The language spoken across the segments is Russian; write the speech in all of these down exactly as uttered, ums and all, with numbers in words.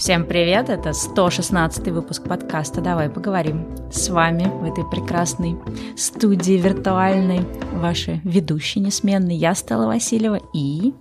Всем привет, это сто шестнадцатый выпуск подкаста «Давай поговорим». С вами в этой прекрасной студии виртуальной ваши ведущие несменные. Я Стелла Васильева и...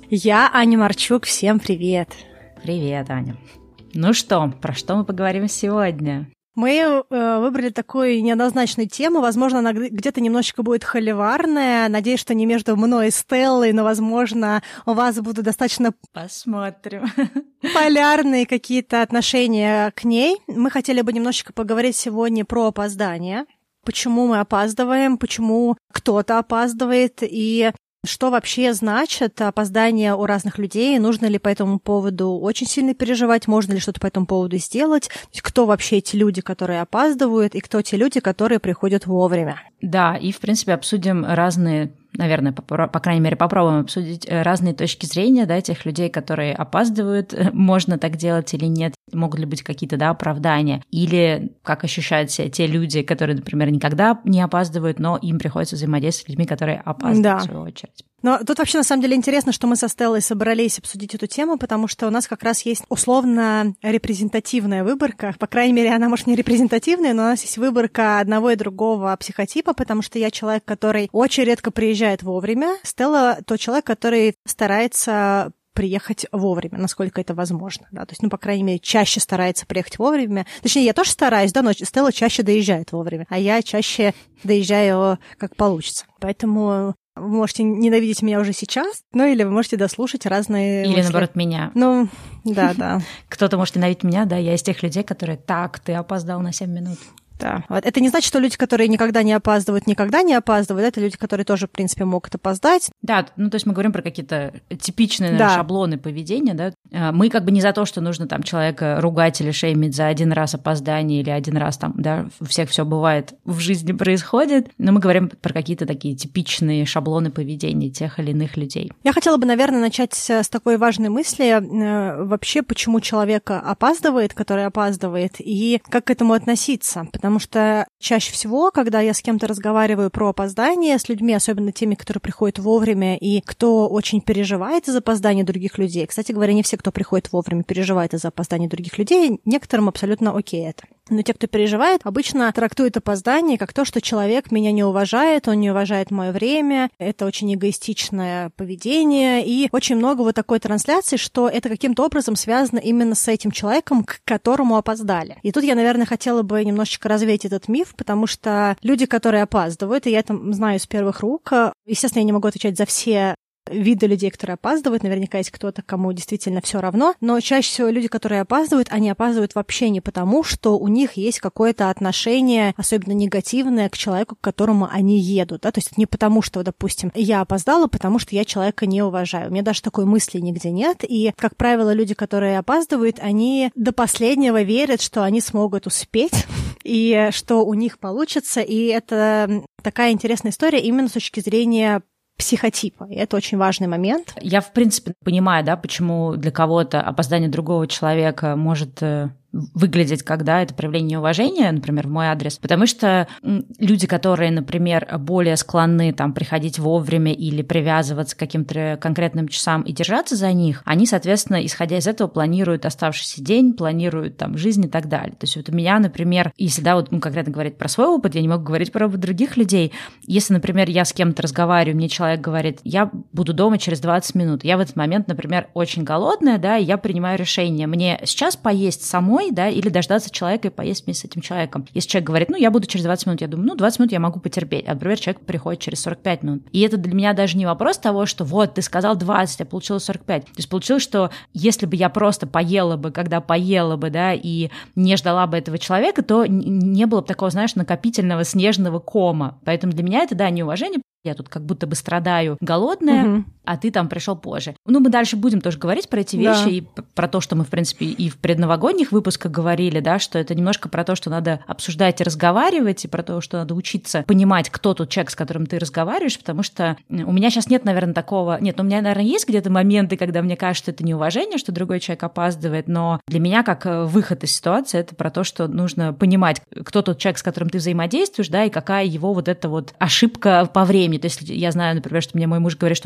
Я Аня Марчук, всем привет. Привет, Аня. Ну что, про что мы поговорим сегодня? Мы э, выбрали такую неоднозначную тему. Возможно, она где-то немножечко будет холиварная. Надеюсь, что не между мной и Стеллой, но, возможно, у вас будут достаточно... Посмотрим. Полярные какие-то отношения к ней. Мы хотели бы немножечко поговорить сегодня про опоздание. Почему мы опаздываем, почему кто-то опаздывает и... Что вообще значит опоздание у разных людей? Нужно ли по этому поводу очень сильно переживать? Можно ли что-то по этому поводу сделать? То есть кто вообще эти люди, которые опаздывают, и кто те люди, которые приходят вовремя? Да, и, в принципе, обсудим разные, наверное, по, по крайней мере, попробуем обсудить разные точки зрения, да, тех людей, которые опаздывают, можно так делать или нет, могут ли быть какие-то, да, оправдания, или как ощущают себя те люди, которые, например, никогда не опаздывают, но им приходится взаимодействовать с людьми, которые опаздывают, да, в свою очередь. Но тут вообще, на самом деле, интересно, что мы со Стеллой собрались обсудить эту тему, потому что у нас как раз есть условно репрезентативная выборка. По крайней мере, она, может, не репрезентативная, но у нас есть выборка одного и другого психотипа, потому что я человек, который очень редко приезжает вовремя. Стелла — тот человек, который старается приехать вовремя, насколько это возможно, да, то есть, ну, по крайней мере, чаще старается приехать вовремя. Точнее, я тоже стараюсь, да, но Стелла чаще доезжает вовремя, а я чаще доезжаю как получится. Поэтому вы можете ненавидеть меня уже сейчас, ну, или вы можете дослушать разные Или, мысли. наоборот, меня. Ну, да, да. Кто-то может ненавидеть меня, да, я из тех людей, которые так, ты опоздал на семь минут. Да. Вот. Это не значит, что люди, которые никогда не опаздывают, никогда не опаздывают. Это люди, которые тоже, в принципе, могут опоздать. Да, ну то есть мы говорим про какие-то типичные, наверное, да. шаблоны поведения, да. Мы как бы не за то, что нужно там человека ругать или шеймить за один раз опоздание или один раз там, да, у всех все бывает, в жизни происходит, но мы говорим про какие-то такие типичные шаблоны поведения тех или иных людей. Я хотела бы, наверное, начать с такой важной мысли вообще, почему человек опаздывает, который опаздывает, и как к этому относиться, потому Потому что чаще всего, когда я с кем-то разговариваю про опоздание, с людьми, особенно теми, которые приходят вовремя, и кто очень переживает из-за опоздания других людей, кстати говоря, не все, кто приходит вовремя, переживает из-за опоздания других людей, некоторым абсолютно окей это. Но те, кто переживает, обычно трактуют опоздание как то, что человек меня не уважает, он не уважает мое время, это очень эгоистичное поведение, и очень много вот такой трансляции, что это каким-то образом связано именно с этим человеком, к которому опоздали. И тут я, наверное, хотела бы немножечко развеять этот миф, потому что люди, которые опаздывают, и я это знаю с первых рук, естественно, я не могу отвечать за все виды людей, которые опаздывают. Наверняка есть кто-то, кому действительно все равно. Но чаще всего люди, которые опаздывают, они опаздывают вообще не потому, что у них есть какое-то отношение, особенно негативное, к человеку, к которому они едут. Да? То есть не потому, что, допустим, я опоздала, потому что я человека не уважаю. У меня даже такой мысли нигде нет. И, как правило, люди, которые опаздывают, они до последнего верят, что они смогут успеть и что у них получится. И это такая интересная история именно с точки зрения психотипа, и это очень важный момент. Я, в принципе, понимаю, да, почему для кого-то опоздание другого человека может выглядеть как, да, это проявление неуважения, например, в мой адрес, потому что люди, которые, например, более склонны там приходить вовремя или привязываться к каким-то конкретным часам и держаться за них, они, соответственно, исходя из этого, планируют оставшийся день, планируют там жизнь и так далее. То есть вот у меня, например, если, да, вот ну, конкретно говорить про свой опыт, я не могу говорить про опыт других людей. Если, например, я с кем-то разговариваю, мне человек говорит, я буду дома через двадцать минут, я в этот момент, например, очень голодная, да, и я принимаю решение, мне сейчас поесть самой, да, или дождаться человека и поесть вместе с этим человеком. Если человек говорит, ну, я буду через двадцать минут, я думаю, ну, двадцать минут я могу потерпеть. А, например, человек приходит через сорок пять минут. И это для меня даже не вопрос того, что вот, ты сказал двадцать, а получилось сорок пять. То есть получилось, что если бы я просто поела бы, когда поела бы, да, и не ждала бы этого человека, то не было бы такого, знаешь, накопительного снежного кома. Поэтому для меня это, да, неуважение. Я тут как будто бы страдаю голодная, угу. а ты там пришел позже. Ну, мы дальше будем тоже говорить про эти вещи, да. и про то, что мы, в принципе, и в предновогодних выпусках говорили, да, что это немножко про то, что надо обсуждать и разговаривать, и про то, что надо учиться понимать, кто тот человек, с которым ты разговариваешь, потому что у меня сейчас нет, наверное, такого... Нет, у меня, наверное, есть где-то моменты, когда мне кажется, что это неуважение, что другой человек опаздывает, но для меня как выход из ситуации это про то, что нужно понимать, кто тот человек, с которым ты взаимодействуешь, да, и какая его вот эта вот ошибка по времени. То есть я знаю, например, что мне мой муж говорит, что он будет через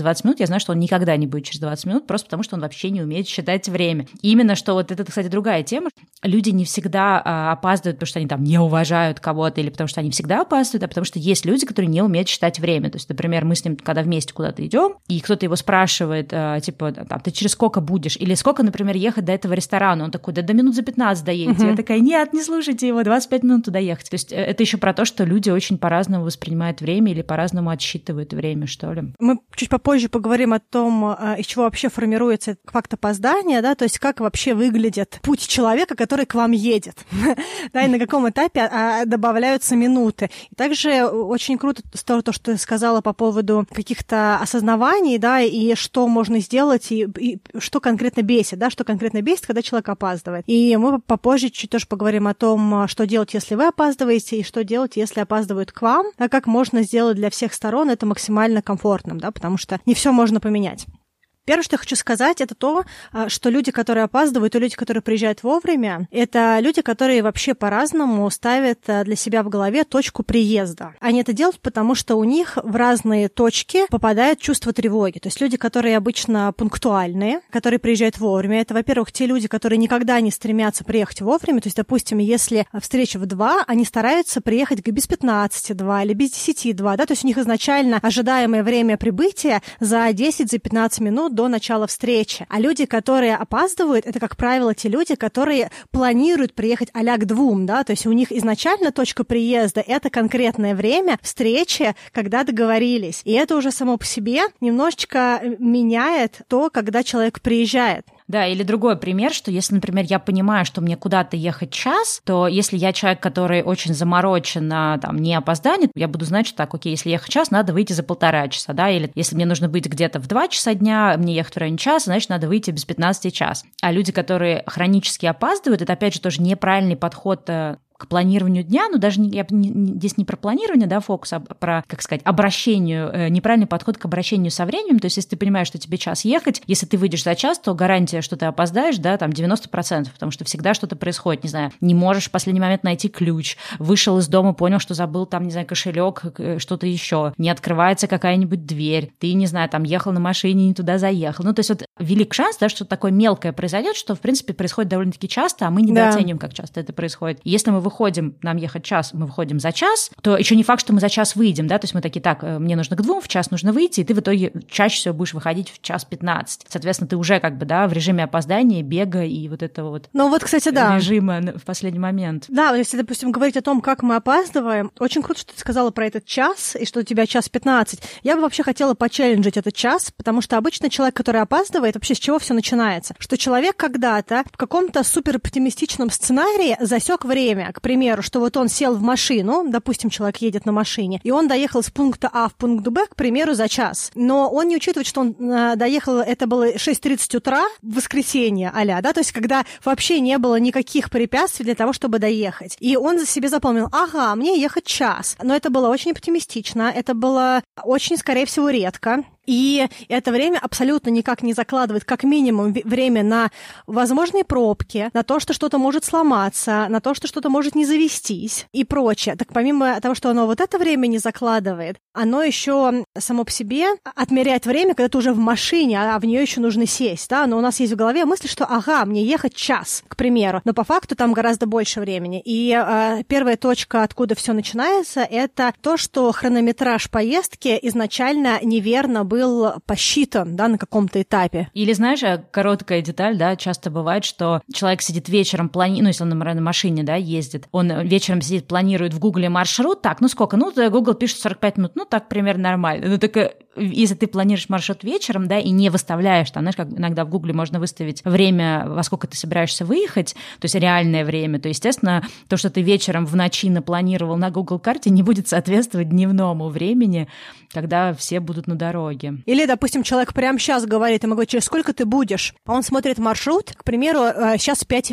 двадцать минут, я знаю, что он никогда не будет через двадцать минут, просто потому что он вообще не умеет считать время. И именно что вот это, кстати, другая тема. Люди не всегда а, опаздывают, потому что они там не уважают кого-то, или потому что они всегда опаздывают, а потому что есть люди, которые не умеют считать время. То есть, например, мы с ним, когда вместе куда-то идем, и кто-то его спрашивает, а, типа, там, ты через сколько будешь? Или сколько, например, ехать до этого ресторана? Он такой, да до минут за пятнадцать доедете. Uh-huh. Я такая, нет, не слушайте его, двадцать пять минут туда ехать. То есть это еще про то, что люди очень по-разному воспринимают время или по-разному отсчитывают время, что ли. Мы чуть попозже поговорим о том, из чего вообще формируется факт опоздания, да, то есть как вообще выглядит путь человека, который к вам едет, да, и на каком этапе добавляются минуты. И также очень круто то, что ты сказала по поводу каких-то осознаваний, да, и что можно сделать, и, и что конкретно бесит, да, что конкретно бесит, когда человек опаздывает. И мы попозже чуть тоже поговорим о том, что делать, если вы опаздываете, и что делать, если опаздывают к вам, а как можно сделать для всех сторон это максимально комфортным, да, потому что не все можно поменять. Первое, что я хочу сказать, это то, что люди, которые опаздывают, и люди, которые приезжают вовремя, это люди, которые вообще по-разному ставят для себя в голове точку приезда. Они это делают, потому что у них в разные точки попадает чувство тревоги. То есть люди, которые обычно пунктуальные, которые приезжают вовремя, это, во-первых, те люди, которые никогда не стремятся приехать вовремя. То есть, допустим, если встреча в два, они стараются приехать без пятнадцати два или без десяти два, да, то есть у них изначально ожидаемое время прибытия за десять-пятнадцать минут до начала встречи. А люди, которые опаздывают, это, как правило, те люди, которые планируют приехать а-ля к двум, да, то есть у них изначально точка приезда — это конкретное время встречи, когда договорились. И это уже само по себе немножечко меняет то, когда человек приезжает. Да, или другой пример, что если, например, я понимаю, что мне куда-то ехать час, то если я человек, который очень заморочен на там, не опоздание, я буду знать, что так, окей, если ехать час, надо выйти за полтора часа, да, или если мне нужно быть где-то в два часа дня, мне ехать в районе часа, значит, надо выйти без пятнадцати час. А люди, которые хронически опаздывают, это, опять же, тоже неправильный подход к планированию дня, но даже не, я не, здесь не про планирование, да, фокус, а про, как сказать, обращению, э, неправильный подход к обращению со временем. То есть если ты понимаешь, что тебе час ехать, если ты выйдешь за час, то гарантия, что ты опоздаешь, да, там девяносто процентов, потому что всегда что-то происходит, не знаю, не можешь в последний момент найти ключ, вышел из дома, понял, что забыл там, не знаю, кошелек, что-то еще, не открывается какая-нибудь дверь, ты, не знаю, там ехал на машине, не туда заехал. Ну, то есть вот велик шанс, да, что такое мелкое произойдет, что, в принципе, происходит довольно-таки часто, а мы недооцениваем, да, как часто это происходит. Если мы выходим, нам ехать час, мы выходим за час, то еще не факт, что мы за час выйдем, да, то есть мы такие, так, мне нужно к двум, в час нужно выйти, и ты в итоге чаще всего будешь выходить в час пятнадцать. Соответственно, ты уже как бы, да, в режиме опоздания, бега и вот этого вот, ну, вот, кстати, да, режима в последний момент. Да, если, допустим, говорить о том, как мы опаздываем, очень круто, что ты сказала про этот час, и что у тебя час пятнадцать. Я бы вообще хотела почелленджить этот час, потому что обычно человек, который опаздывает, вообще с чего все начинается? Что человек когда-то в каком-то супероптимистичном сценарии засек время, к примеру, что вот он сел в машину, допустим, человек едет на машине, и он доехал с пункта А в пункт Б, к примеру, за час. Но он не учитывает, что он э, доехал, это было шесть тридцать утра, в воскресенье а-ля, да, то есть когда вообще не было никаких препятствий для того, чтобы доехать. И он за себе запомнил, ага, мне ехать час. Но это было очень оптимистично, это было очень, скорее всего, редко. И это время абсолютно никак не закладывает, как минимум, время на возможные пробки, на то, что что-то может сломаться, на то, что что-то может не завестись и прочее. Так помимо того, что оно вот это время не закладывает, оно еще само по себе отмеряет время, когда ты уже в машине, а в нее еще нужно сесть, да, но у нас есть в голове мысль, что ага, мне ехать час, к примеру, но по факту там гораздо больше времени. И э, первая точка, откуда все начинается, это то, что хронометраж поездки изначально неверно был был посчитан, да, на каком-то этапе. Или, знаешь, короткая деталь, да, часто бывает, что человек сидит вечером, плани... ну, если он, например, на машине, да, ездит, он вечером сидит, планирует в Гугле маршрут, так, ну сколько, ну, Google пишет сорок пять минут, ну, так примерно нормально. Ну, так если ты планируешь маршрут вечером, да, и не выставляешь, там, знаешь, как иногда в Гугле можно выставить время, во сколько ты собираешься выехать, то есть реальное время, то, естественно, то, что ты вечером в ночи напланировал на Google карте, не будет соответствовать дневному времени, когда все будут на дороге. Или, допустим, человек прямо сейчас говорит, ему говорит, через сколько ты будешь? А он смотрит маршрут, к примеру, сейчас пять вечера.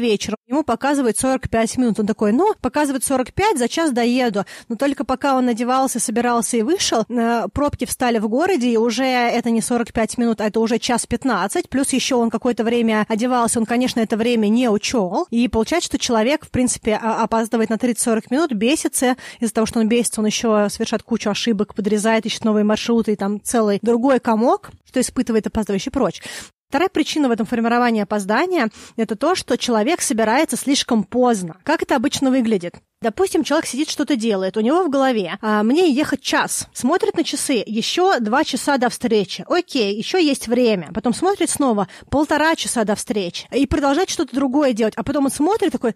ему показывает сорок пять минут. Он такой, ну, показывает сорок пять, за час доеду. Но только пока он одевался, собирался и вышел, пробки встали в городе, и уже это не сорок пять минут, а это уже час пятнадцать. Плюс еще он какое-то время одевался, он, конечно, это время не учел. И получается, что человек, в принципе, опаздывает на тридцать-сорок минут, бесится. Из-за того, что он бесится, он еще совершает кучу ошибок, подрезает, ищет новые маршруты, и там целый другой комок, что испытывает опаздывающий прочь. Вторая причина в этом формировании опоздания – это то, что человек собирается слишком поздно. Как это обычно выглядит? Допустим, человек сидит, что-то делает, у него в голове, а, мне ехать час, смотрит на часы, еще два часа до встречи, окей, еще есть время, потом смотрит снова, полтора часа до встречи, и продолжает что-то другое делать, а потом он смотрит такой,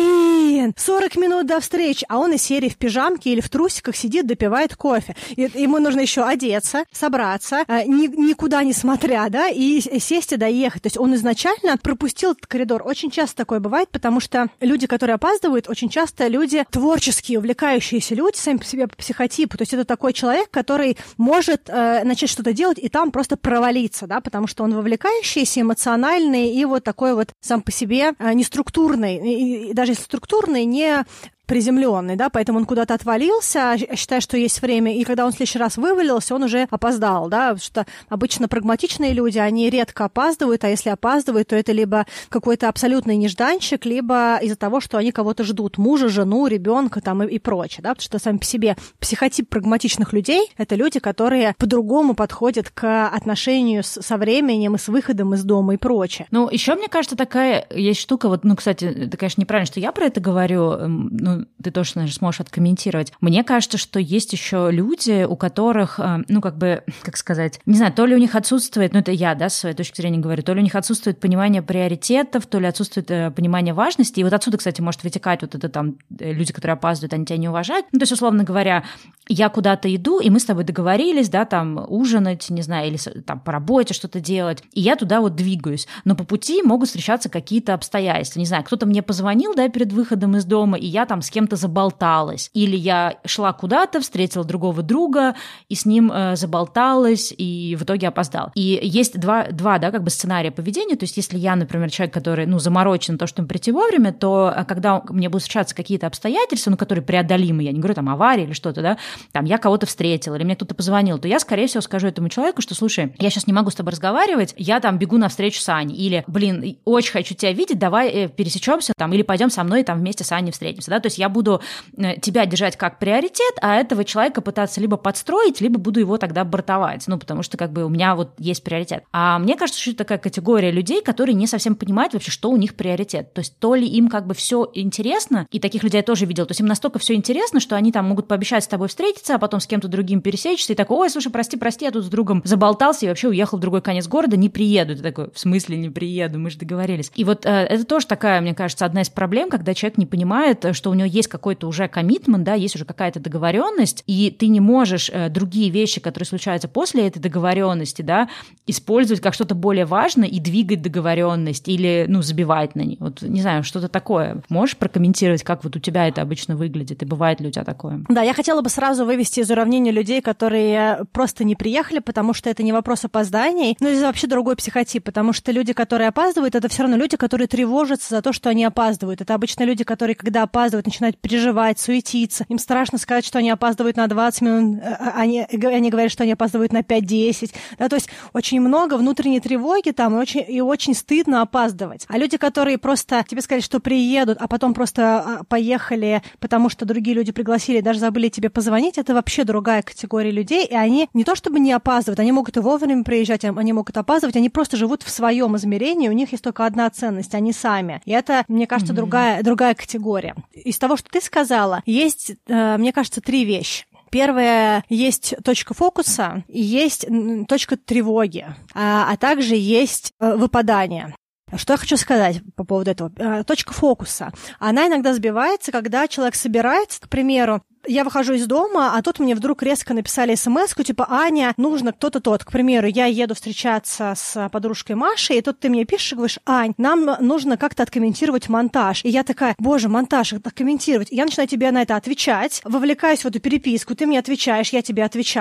блин, сорок минут до встречи, а он из серии в пижамке или в трусиках сидит, допивает кофе, и ему нужно еще одеться, собраться, ни, никуда не смотря, да, и сесть и доехать, то есть он изначально пропустил этот коридор, очень часто такое бывает, потому что люди, которые опаздывают, очень часто люди творческие, увлекающиеся люди сами по себе по психотипу. То есть это такой человек, который может э, начать что-то делать и там просто провалиться, да, потому что он вовлекающийся, эмоциональный и вот такой вот сам по себе э, неструктурный, и, и даже если структурный, не приземленный, да, поэтому он куда-то отвалился, считая, что есть время, и когда он в следующий раз вывалился, он уже опоздал, да, потому что обычно прагматичные люди, они редко опаздывают, а если опаздывают, то это либо какой-то абсолютный нежданчик, либо из-за того, что они кого-то ждут, мужа, жену, ребенка там и, и прочее, да, потому что сами по себе психотип прагматичных людей — это люди, которые по-другому подходят к отношению с, со временем и с выходом из дома и прочее. Ну, еще мне кажется, такая есть штука, вот, ну, кстати, это, конечно, неправильно, что я про это говорю, ну, ты тоже, наверное, сможешь откомментировать. Мне кажется, что есть еще люди, у которых, ну, как бы, как сказать, не знаю, то ли у них отсутствует, ну, это я, да, с своей точки зрения говорю, то ли у них отсутствует понимание приоритетов, то ли отсутствует понимание важности. И вот отсюда, кстати, может вытекать вот это там люди, которые опаздывают, они тебя не уважают. Ну, то есть, условно говоря, я куда-то иду, и мы с тобой договорились, да, там, ужинать, не знаю, или там по работе что-то делать, и я туда вот двигаюсь. Но по пути могут встречаться какие-то обстоятельства. Не знаю, кто-то мне позвонил, да, перед выходом из дома, и я там с кем-то заболталась. Или я шла куда-то, встретила другого друга, и с ним э, заболталась, и в итоге опоздала. И есть два, два, да, как бы сценария поведения. То есть если я, например, человек, который, ну, заморочен на то, чтобы прийти вовремя, то когда мне будут встречаться какие-то обстоятельства, ну, которые преодолимы, я не говорю там авария или что-то, да, там я кого-то встретила, или мне кто-то позвонил, то я, скорее всего, скажу этому человеку, что, слушай, я сейчас не могу с тобой разговаривать, я там бегу навстречу с Аней, или, блин, очень хочу тебя видеть, давай пересечемся там, или пойдем со мной там вместе с Аней встретимся, да, то есть я буду тебя держать как приоритет, а этого человека пытаться либо подстроить, либо буду его тогда бортовать, ну, потому что как бы у меня вот есть приоритет. А мне кажется, что это такая категория людей, которые не совсем понимают вообще, что у них приоритет, то есть то ли им как бы все интересно, и таких людей я тоже видела, то есть им настолько все интересно, что они там могут пообещать с тобой встретиться, а потом с кем-то другим пересечься, и такой, ой, слушай, прости, прости, я тут с другом заболтался и вообще уехал в другой конец города, не приеду. Ты такой, в смысле не приеду, мы же договорились. И вот э, это тоже такая, мне кажется, одна из проблем, когда человек не понимает, что у него есть какой-то уже коммитмент, да, есть уже какая-то договоренность, и ты не можешь э, другие вещи, которые случаются после этой договоренности, да, использовать как что-то более важное и двигать договоренность или, ну, забивать на нее. Вот, не знаю, что-то такое. Можешь прокомментировать, как вот у тебя это обычно выглядит, и бывает ли у тебя такое? Да, я хотела бы сразу вывести из уравнения людей, которые просто не приехали, потому что это не вопрос опозданий, но это вообще другой психотип, потому что люди, которые опаздывают, это все равно люди, которые тревожатся за то, что они опаздывают. Это обычно люди, которые, когда опаздывают, начинают переживать, суетиться. Им страшно сказать, что они опаздывают на двадцать минут, они, они говорят, что они опаздывают на пять-десять. Да, то есть очень много внутренней тревоги там, и очень, и очень стыдно опаздывать. А люди, которые просто тебе сказали, что приедут, а потом просто поехали, потому что другие люди пригласили, даже забыли тебе позвонить, это вообще другая категория людей, и они не то чтобы не опаздывают, они могут и вовремя приезжать, они могут опаздывать, они просто живут в своем измерении, у них есть только одна ценность, они сами. И это, мне кажется, mm-hmm. другая, другая категория. Из того, что ты сказала, есть, мне кажется, три вещи. Первое, есть точка фокуса, и есть точка тревоги, а, а также есть выпадание. Что я хочу сказать по поводу этого? Точка фокуса. Она иногда сбивается, когда человек собирается, к примеру, я выхожу из дома, а тут мне вдруг резко написали смс-ку, типа, Аня, нужно кто-то тот. К примеру, я еду встречаться с подружкой Машей, и тут ты мне пишешь и говоришь, Ань, нам нужно как-то откомментировать монтаж. И я такая, боже, монтаж, откомментировать. И я начинаю тебе на это отвечать, вовлекаюсь в эту переписку, ты мне отвечаешь, я тебе отвечаю.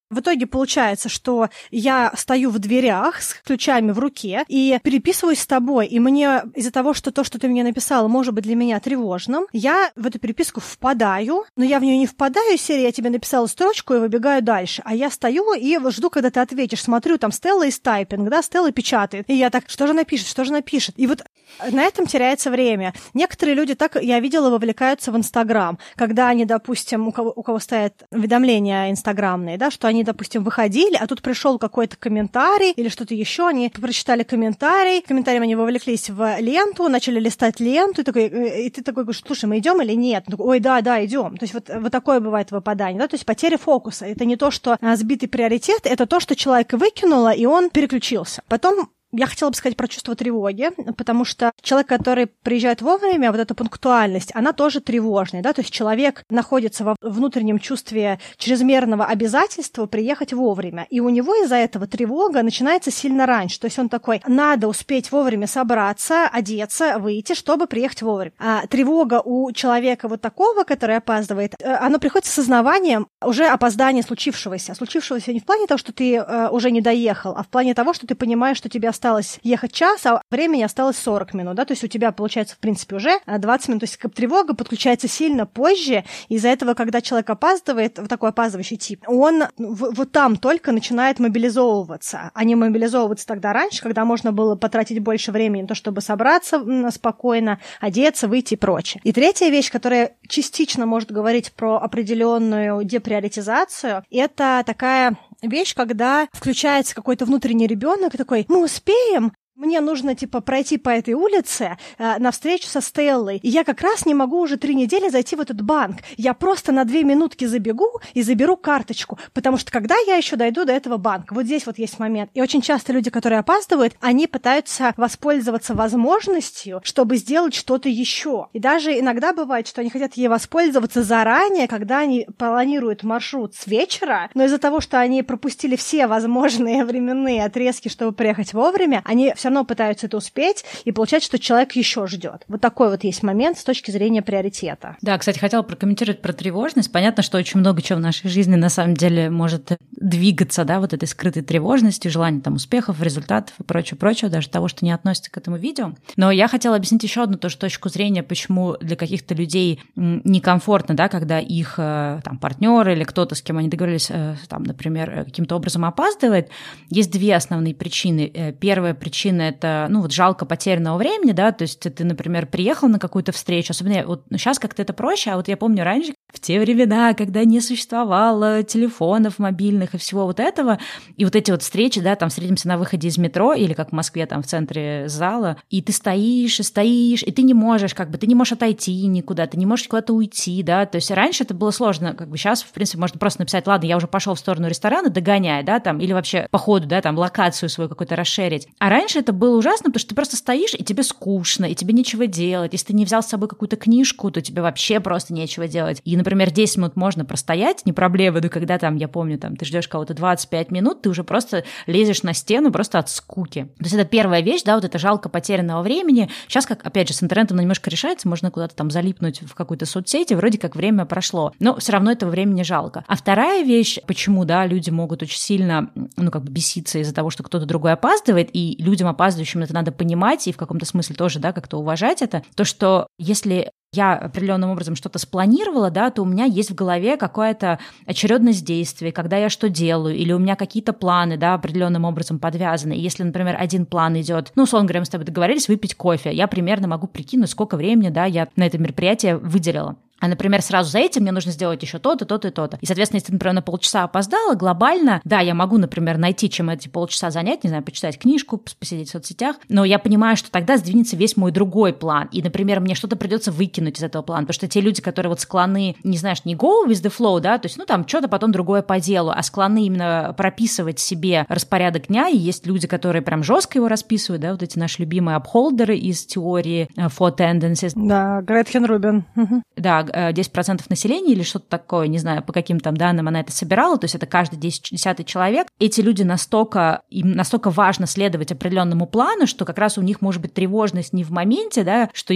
В итоге получается, что я стою в дверях с ключами в руке и переписываюсь с тобой, и мне из-за того, что то, что ты мне написала, может быть для меня тревожным, я в эту переписку впадаю, но я в нее не впадаю, серия я тебе написала строчку и выбегаю дальше, а я стою и жду, когда ты ответишь, смотрю, там Стелла из тайпинг, да, Стелла печатает, и я так, что же она пишет, что же она пишет, и вот на этом теряется время. Некоторые люди так, я видела, вовлекаются в Инстаграм, когда они, допустим, у кого, у кого стоят уведомления инстаграмные, да, что они, допустим, выходили, а тут пришел какой-то комментарий или что-то еще, они прочитали комментарий, комментарием они вовлеклись в ленту, начали листать ленту, и, такой, и ты такой говоришь, слушай, мы идем или нет? Он такой, ой, да, да, идем. То есть вот, вот такое бывает выпадание, да, то есть потеря фокуса. Это не то, что а, сбитый приоритет, это то, что человек выкинуло, и он переключился. Потом я хотела бы сказать про чувство тревоги, потому что человек, который приезжает вовремя, вот эта пунктуальность, она тоже тревожная, да, то есть человек находится во внутреннем чувстве чрезмерного обязательства приехать вовремя, и у него из-за этого тревога начинается сильно раньше, то есть он такой, надо успеть вовремя собраться, одеться, выйти, чтобы приехать вовремя. А тревога у человека вот такого, который опаздывает, оно приходит с осознаванием уже опоздания случившегося. Случившегося не в плане того, что ты э, уже не доехал, а в плане того, что ты понимаешь, что тебе осталось ехать час, а времени осталось сорок минут, да, то есть у тебя получается, в принципе, уже двадцать минут, то есть тревога подключается сильно позже, из-за этого, когда человек опаздывает, вот такой опаздывающий тип, он в, вот там только начинает мобилизовываться, а не мобилизовываться тогда раньше, когда можно было потратить больше времени на то, чтобы собраться спокойно, одеться, выйти и прочее. И третья вещь, которая частично может говорить про определенную деприоритизацию, это такая вещь, когда включается какой-то внутренний ребенок и такой, мы успеем, мне нужно, типа, пройти по этой улице э, на встречу со Стеллой, и я как раз не могу уже три недели зайти в этот банк. Я просто на две минутки забегу и заберу карточку, потому что когда я еще дойду до этого банка? Вот здесь вот есть момент. И очень часто люди, которые опаздывают, они пытаются воспользоваться возможностью, чтобы сделать что-то еще. И даже иногда бывает, что они хотят ей воспользоваться заранее, когда они планируют маршрут с вечера, но из-за того, что они пропустили все возможные временные отрезки, чтобы приехать вовремя, они все равно пытаются это успеть, и получается, что человек еще ждет. Вот такой вот есть момент с точки зрения приоритета. Да, кстати, хотела прокомментировать про тревожность. Понятно, что очень много чего в нашей жизни на самом деле может двигаться, да, вот этой скрытой тревожностью, желание там успехов, результатов и прочее-прочее, даже того, что не относится к этому видео. Но я хотела объяснить еще одну тоже точку зрения, почему для каких-то людей некомфортно, да, когда их там партнер или кто-то, с кем они договорились, там, например, каким-то образом опаздывает. Есть две основные причины. Первая причина — это, ну, вот жалко потерянного времени, да, то есть ты, например, приехал на какую-то встречу, особенно вот ну, сейчас как-то это проще, а вот я помню раньше, в те времена, когда не существовало телефонов мобильных и всего вот этого, и вот эти вот встречи, да, там встретимся на выходе из метро или как в Москве, там в центре зала, и ты стоишь и стоишь, и ты не можешь, как бы, ты не можешь отойти никуда, ты не можешь куда-то уйти, да, то есть раньше это было сложно, как бы сейчас, в принципе, можно просто написать, ладно, я уже пошел в сторону ресторана, догоняй, да, там, или вообще по ходу, да, там, локацию свою какую-то расширить, а раньше это было ужасно, потому что ты просто стоишь, и тебе скучно, и тебе нечего делать. Если ты не взял с собой какую-то книжку, то тебе вообще просто нечего делать. И, например, десять минут можно простоять, не проблема, но когда там, я помню, там, ты ждешь кого-то двадцать пять минут, ты уже просто лезешь на стену просто от скуки. То есть это первая вещь, да, вот это жалко потерянного времени. Сейчас, как, опять же, с интернетом немножко решается, можно куда-то там залипнуть в какую-то соцсеть, и вроде как время прошло. Но все равно этого времени жалко. А вторая вещь, почему, да, люди могут очень сильно, ну, как бы беситься из-за того, что кто-то другой опаздывает, и людям опаздывающим это надо понимать и в каком-то смысле тоже, да, как-то уважать это, то, что если я определенным образом что-то спланировала, да, то у меня есть в голове какая-то очередность действий, когда я что делаю, или у меня какие-то планы, да, определенным образом подвязаны. И если, например, один план идет, ну, условно говоря, мы с тобой договорились выпить кофе, я примерно могу прикинуть, сколько времени, да, я на это мероприятие выделила. А, например, сразу за этим мне нужно сделать еще то-то, то-то и то-то. И, соответственно, если ты, например, на полчаса опоздала, глобально, да, я могу, например, найти, чем эти полчаса занять, не знаю, почитать книжку, посидеть в соцсетях, но я понимаю, что тогда сдвинется весь мой другой план. И, например, мне что-то придется выкинуть из этого плана, потому что те люди, которые вот склонны, не знаешь, не go with the flow, да, то есть, ну, там, что-то потом другое по делу, а склонны именно прописывать себе распорядок дня, и есть люди, которые прям жестко его расписывают, да, вот эти наши любимые апхолдеры из теории four tendencies. Да, Гретхен Рубин. Да, десять процентов населения или что-то такое, не знаю, по каким там данным она это собирала, то есть это каждый десятый человек. Эти люди настолько, им настолько важно следовать определенному плану, что как раз у них может быть тревожность не в моменте, да, что им важно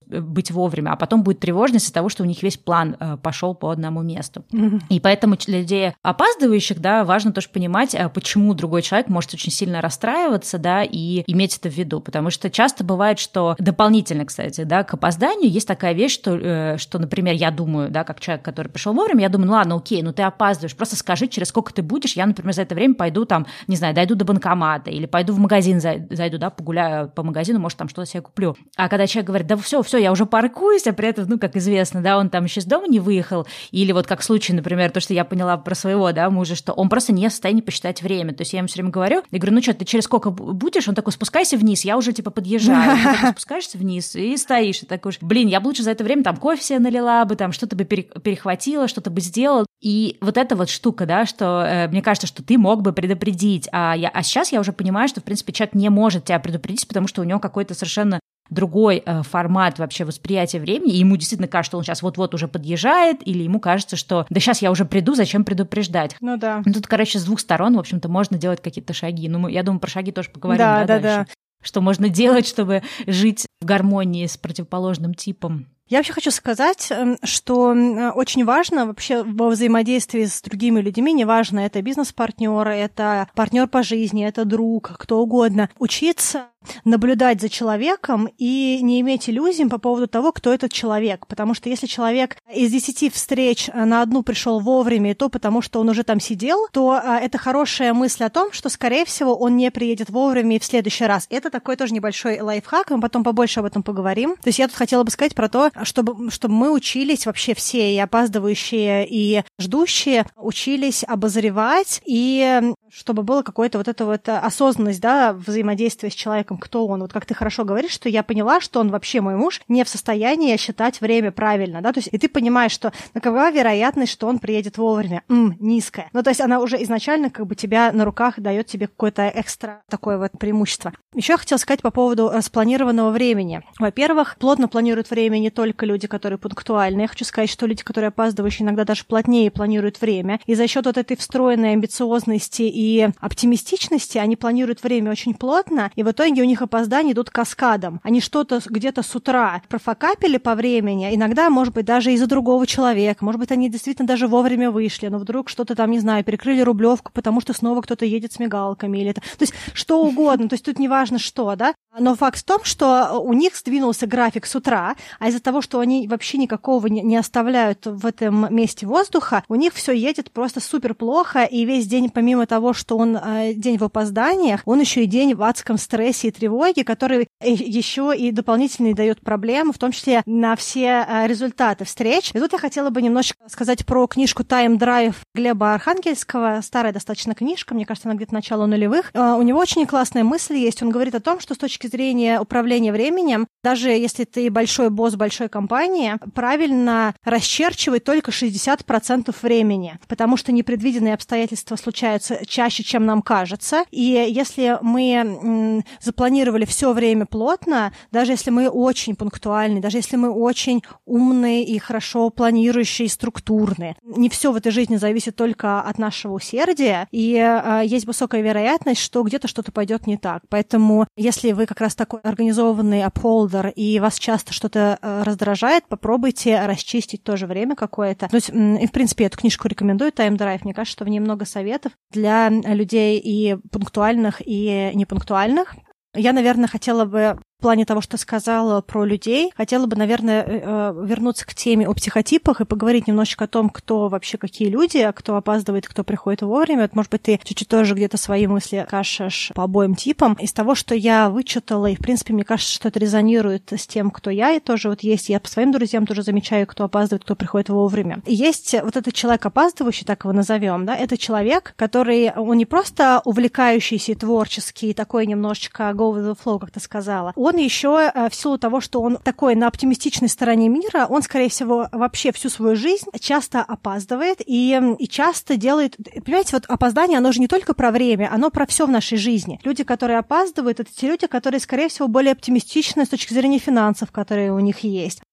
быть вовремя, а потом будет тревожность из-за того, что у них весь план пошел по одному месту. Mm-hmm. И поэтому для людей опаздывающих, да, важно тоже понимать, почему другой человек может очень сильно расстраиваться, да, и иметь это в виду, потому что часто бывает, что дополнительно, кстати, да, к опозданию есть такая вещь, что, что, например, я думаю, да, как человек, который пришел вовремя, я думаю, ну ладно, окей, ну ты опаздываешь, просто скажи, через сколько ты будешь, я, например, за это время пойду там, не знаю, дойду до банкомата или пойду в магазин, зайду, да, погуляю по магазину, может, там что-то себе куплю. А когда человек говорит, да все, все, я уже паркуюсь, а при этом, ну, как известно, да, он там еще из дома не выехал, или вот как случай, например, то, что я поняла про своего, да, мужа, что он просто не в состоянии посчитать время, то есть я ему все время говорю, я говорю, ну что, ты через сколько будешь? Он такой, спускайся вниз, я уже, типа, подъезжаю. Ты такой спускаешься вниз и стоишь, и такой, блин, я бы лучше за это время там кофе себе налила бы, там что-то бы перехватила, что-то бы сделала. И вот эта вот штука, да, что э, мне кажется, что ты мог бы предупредить, а, я, а сейчас я уже понимаю, что, в принципе, человек не может тебя предупредить, потому что у него какой-то совершенно другой э, формат вообще восприятия времени, и ему действительно кажется, что он сейчас вот-вот уже подъезжает, или ему кажется, что да сейчас я уже приду, зачем предупреждать? Ну да. Ну, тут, короче, с двух сторон, в общем-то, можно делать какие-то шаги. Ну, мы, я думаю, про шаги тоже поговорим, да, да, да, дальше? Да. Что можно делать, чтобы жить в гармонии с противоположным типом. Я вообще хочу сказать, что очень важно вообще во взаимодействии с другими людьми, неважно, это бизнес-партнер, это партнер по жизни, это друг, кто угодно, учиться наблюдать за человеком и не иметь иллюзий по поводу того, кто этот человек. Потому что если человек из десяти встреч на одну пришел вовремя, и то потому, что он уже там сидел, то это хорошая мысль о том, что, скорее всего, он не приедет вовремя и в следующий раз. Это такой тоже небольшой лайфхак, мы потом побольше об этом поговорим. То есть я тут хотела бы сказать про то, чтобы, чтобы мы учились вообще все, и опаздывающие, и ждущие, учились обозревать, и чтобы было какое-то вот это вот осознанность, да, взаимодействия с человеком, кто он. Вот как ты хорошо говоришь, что я поняла, что он вообще, мой муж, не в состоянии считать время правильно, да, то есть и ты понимаешь, что ну, какова вероятность, что он приедет вовремя? М, низкая. Ну, то есть она уже изначально как бы тебя на руках дает тебе какое-то экстра такое вот преимущество. Еще я хотела сказать по поводу распланированного времени. Во-первых, плотно планируют время не только люди, которые пунктуальны. Я хочу сказать, что люди, которые опаздывающие, иногда даже плотнее планируют время. И за счет вот этой встроенной амбициозности и оптимистичности они планируют время очень плотно, и в итоге у них опоздания идут каскадом. Они что-то где-то с утра профокапили по времени, иногда, может быть, даже из-за другого человека, может быть, они действительно даже вовремя вышли, но вдруг что-то там, не знаю, перекрыли Рублевку, потому что снова кто-то едет с мигалками, или это... То есть что угодно, то есть тут не важно что, да, но факт в том, что у них сдвинулся график с утра, а из-за того, что они вообще никакого не, не оставляют в этом месте воздуха, у них все едет просто супер плохо, и весь день, помимо того, что он э, день в опозданиях, он еще и день в адском стрессе и тревоге, который еще и дополнительно дает проблемы, в том числе на все э, результаты встреч. И тут я хотела бы немножечко сказать про книжку «Time Drive» Глеба Архангельского, старая достаточно книжка, мне кажется, она где-то начала нулевых. Э, у него очень классная мысль есть, он говорит о том, что с точки зрения управления временем, даже если ты большой босс большой компании, правильно расчерчивать только шестьдесят процентов времени, потому что непредвиденные обстоятельства случаются чаще, чем нам кажется. И если мы м, запланировали все время плотно, даже если мы очень пунктуальны, даже если мы очень умные и хорошо планирующие и структурные, не все в этой жизни зависит только от нашего усердия, и э, есть высокая вероятность, что где-то что-то пойдет не так. Поэтому, если вы как раз такой организованный апхолдер, и вас часто что-то э, раздражает, попробуйте расчистить тоже время какое-то. То есть, м, и, в принципе, эту книжку рекомендую, Time Drive. Мне кажется, что в ней много советов для людей и пунктуальных, и непунктуальных. Я, наверное, хотела бы в плане того, что сказала про людей, хотела бы, наверное, вернуться к теме о психотипах и поговорить немножечко о том, кто вообще какие люди, кто опаздывает, кто приходит вовремя. Вот, может быть, ты чуть-чуть тоже где-то свои мысли кашешь по обоим типам. Из того, что я вычитала, и, в принципе, мне кажется, что это резонирует с тем, кто я, и тоже вот есть, я по своим друзьям тоже замечаю, кто опаздывает, кто приходит вовремя. И есть вот этот человек опаздывающий, так его назовем, да, это человек, который, он не просто увлекающийся и творческий, такой немножечко go with the flow, как ты сказала, он еще в силу того, что он такой на оптимистичной стороне мира, он, скорее всего, вообще всю свою жизнь часто опаздывает и, и часто делает... Понимаете, вот опоздание, оно же не только про время, оно про все в нашей жизни. Люди, которые опаздывают, это те люди, которые, скорее всего, более оптимистичны с точки зрения финансов, которые у них есть.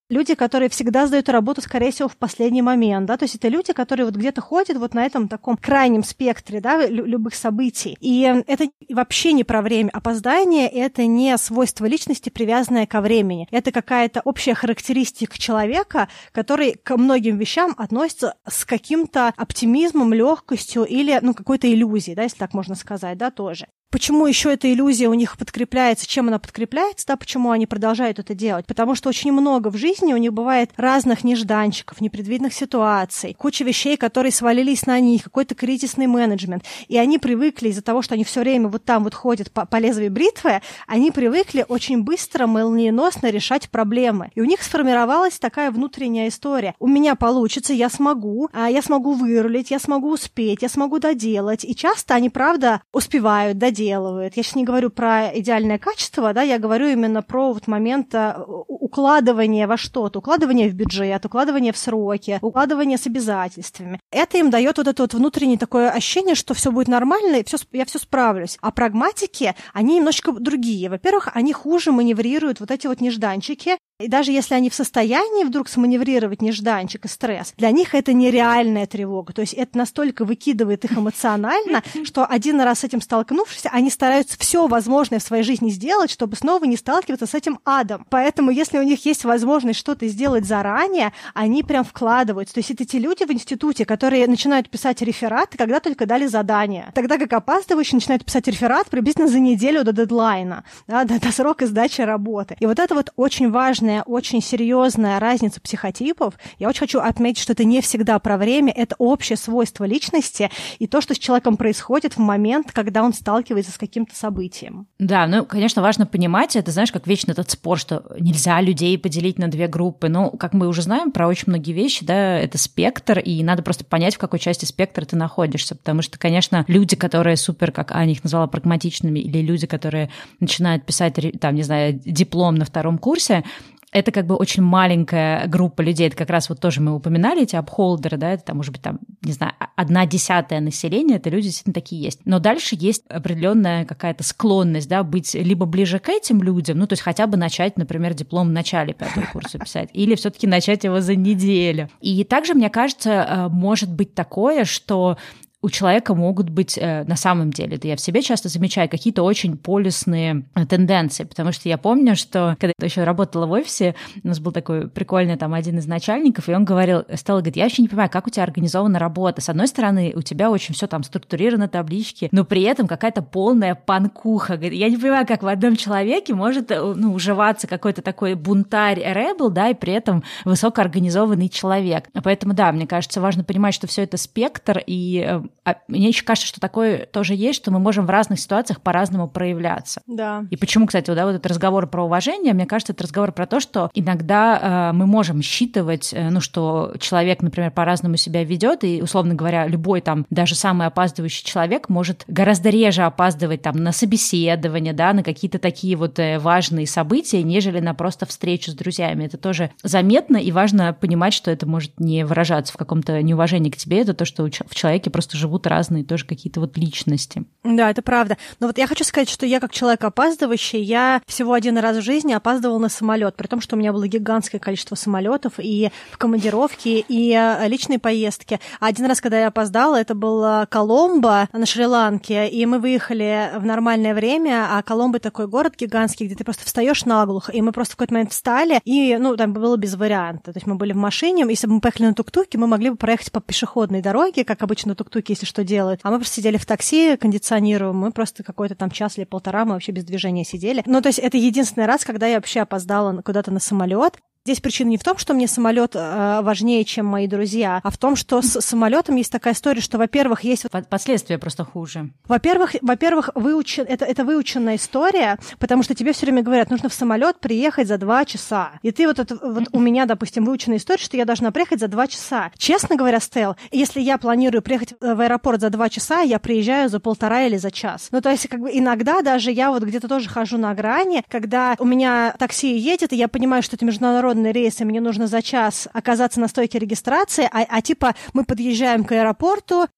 Люди, которые всегда сдают работу, скорее всего, в последний момент, да, то есть это люди, которые вот где-то ходят вот на этом таком крайнем спектре, да, любых событий. И это вообще не про время. Опоздание — это не свойство личности, привязанное ко времени. Это какая-то общая характеристика человека, который к многим вещам относится с каким-то оптимизмом, легкостью или, ну, какой-то иллюзией, да, если так можно сказать, да, тоже. Почему еще эта иллюзия у них подкрепляется, чем она подкрепляется, да, почему они продолжают это делать? Потому что очень много в жизни у них бывает разных нежданчиков, непредвиденных ситуаций, куча вещей, которые свалились на них, какой-то кризисный менеджмент. И они привыкли из-за того, что они все время вот там вот ходят по, по лезвию бритвы, они привыкли очень быстро, молниеносно решать проблемы. И у них сформировалась такая внутренняя история. У меня получится, я смогу, я смогу вырулить, я смогу успеть, я смогу доделать. И часто они, правда, успевают доделать. Делают. Я сейчас не говорю про идеальное качество, да, я говорю именно про вот момент укладывания во что-то, укладывания в бюджет, укладывания в сроки, укладывания с обязательствами. Это им дает вот это вот внутреннее такое ощущение, что все будет нормально, и всё, я все справлюсь. А прагматики, они немножечко другие. Во-первых, они хуже маневрируют вот эти вот нежданчики, и даже если они в состоянии вдруг сманеврировать нежданчик и стресс, для них это нереальная тревога. То есть это настолько выкидывает их эмоционально, что один раз с этим столкнувшись, они стараются все возможное в своей жизни сделать, чтобы снова не сталкиваться с этим адом. Поэтому, если у них есть возможность что-то сделать заранее, они прям вкладываются. То есть это те люди в институте, которые начинают писать рефераты, когда только дали задание. Тогда как опаздывающие начинают писать реферат приблизительно за неделю до дедлайна, да, до, до срока сдачи работы. И вот это вот очень важно, очень серьезная разница психотипов. Я очень хочу отметить, что это не всегда про время, это общее свойство личности и то, что с человеком происходит в момент, когда он сталкивается с каким-то событием. Да, ну, конечно, важно понимать, это, знаешь, как вечно этот спор, что нельзя людей поделить на две группы. Ну, как мы уже знаем про очень многие вещи, да, это спектр, и надо просто понять, в какой части спектра ты находишься, потому что, конечно, люди, которые супер, как Аня их назвала, прагматичными, или люди, которые начинают писать, там, не знаю, диплом на втором курсе, это как бы очень маленькая группа людей, это как раз вот тоже мы упоминали, эти апхолдеры, да, это там, может быть, там, не знаю, одна десятая населения, это люди действительно такие есть. Но дальше есть определенная какая-то склонность, да, быть либо ближе к этим людям, ну, то есть хотя бы начать, например, диплом в начале пятого курса писать, или все-таки начать его за неделю. И также, мне кажется, может быть такое, что у человека могут быть, на самом деле, это я в себе часто замечаю, какие-то очень полюсные тенденции, потому что я помню, что когда я еще работала в офисе, у нас был такой прикольный там один из начальников, и он говорил, Стелла, говорит, я вообще не понимаю, как у тебя организована работа. С одной стороны, у тебя очень все там структурировано, таблички, но при этом какая-то полная панкуха. Говорит, я не понимаю, как в одном человеке может, ну, уживаться какой-то такой бунтарь, ребел, да, и при этом высокоорганизованный человек. Поэтому, да, мне кажется, важно понимать, что все это спектр, и А мне еще кажется, что такое тоже есть, что мы можем в разных ситуациях по-разному проявляться. Да. И почему, кстати, да, вот этот разговор про уважение, мне кажется, это разговор про то, что иногда э, мы можем считывать, э, ну, что человек, например, по-разному себя ведет, и, условно говоря, любой там, даже самый опаздывающий человек может гораздо реже опаздывать там на собеседование, да, на какие-то такие вот э, важные события, нежели на просто встречу с друзьями. Это тоже заметно, и важно понимать, что это может не выражаться в каком-то неуважении к тебе, это то, что в человеке просто живут разные тоже какие-то вот личности. Да, это правда. Но вот я хочу сказать, что я как человек опаздывающий, я всего один раз в жизни опаздывала на самолет, при том, что у меня было гигантское количество самолетов и в командировке, и личные поездки. А один раз, когда я опоздала, это был Коломбо на Шри-Ланке, и мы выехали в нормальное время, а Коломбо такой город гигантский, где ты просто встаешь наглухо, и мы просто в какой-то момент встали, и, ну, там было без варианта. То есть мы были в машине, если бы мы поехали на тук-туке, мы могли бы проехать по пешеходной дороге, как обычно тук-туки, если что делают. А мы просто сидели в такси, кондиционируем, мы просто какой-то там час или полтора, мы вообще без движения сидели. Ну, то есть это единственный раз, когда я вообще опоздала куда-то на самолет. Здесь причина не в том, что мне самолет э, важнее, чем мои друзья, а в том, что с самолетом есть такая история, что, во-первых, есть... Последствия просто хуже. Во-первых, во-первых, выучен... это, это выученная история, потому что тебе все время говорят, нужно в самолет приехать за два часа. И ты вот, это, вот у меня, допустим, выученная история, что я должна приехать за два часа. Честно говоря, Стелл, если я планирую приехать в аэропорт за два часа, я приезжаю за полтора или за час. Ну, то есть, как бы иногда даже я вот где-то тоже хожу на грани, когда у меня такси едет, и я понимаю, что это международный рейс, и мне нужно за час оказаться на стойке регистрации, а, а типа мы подъезжаем к аэропорту,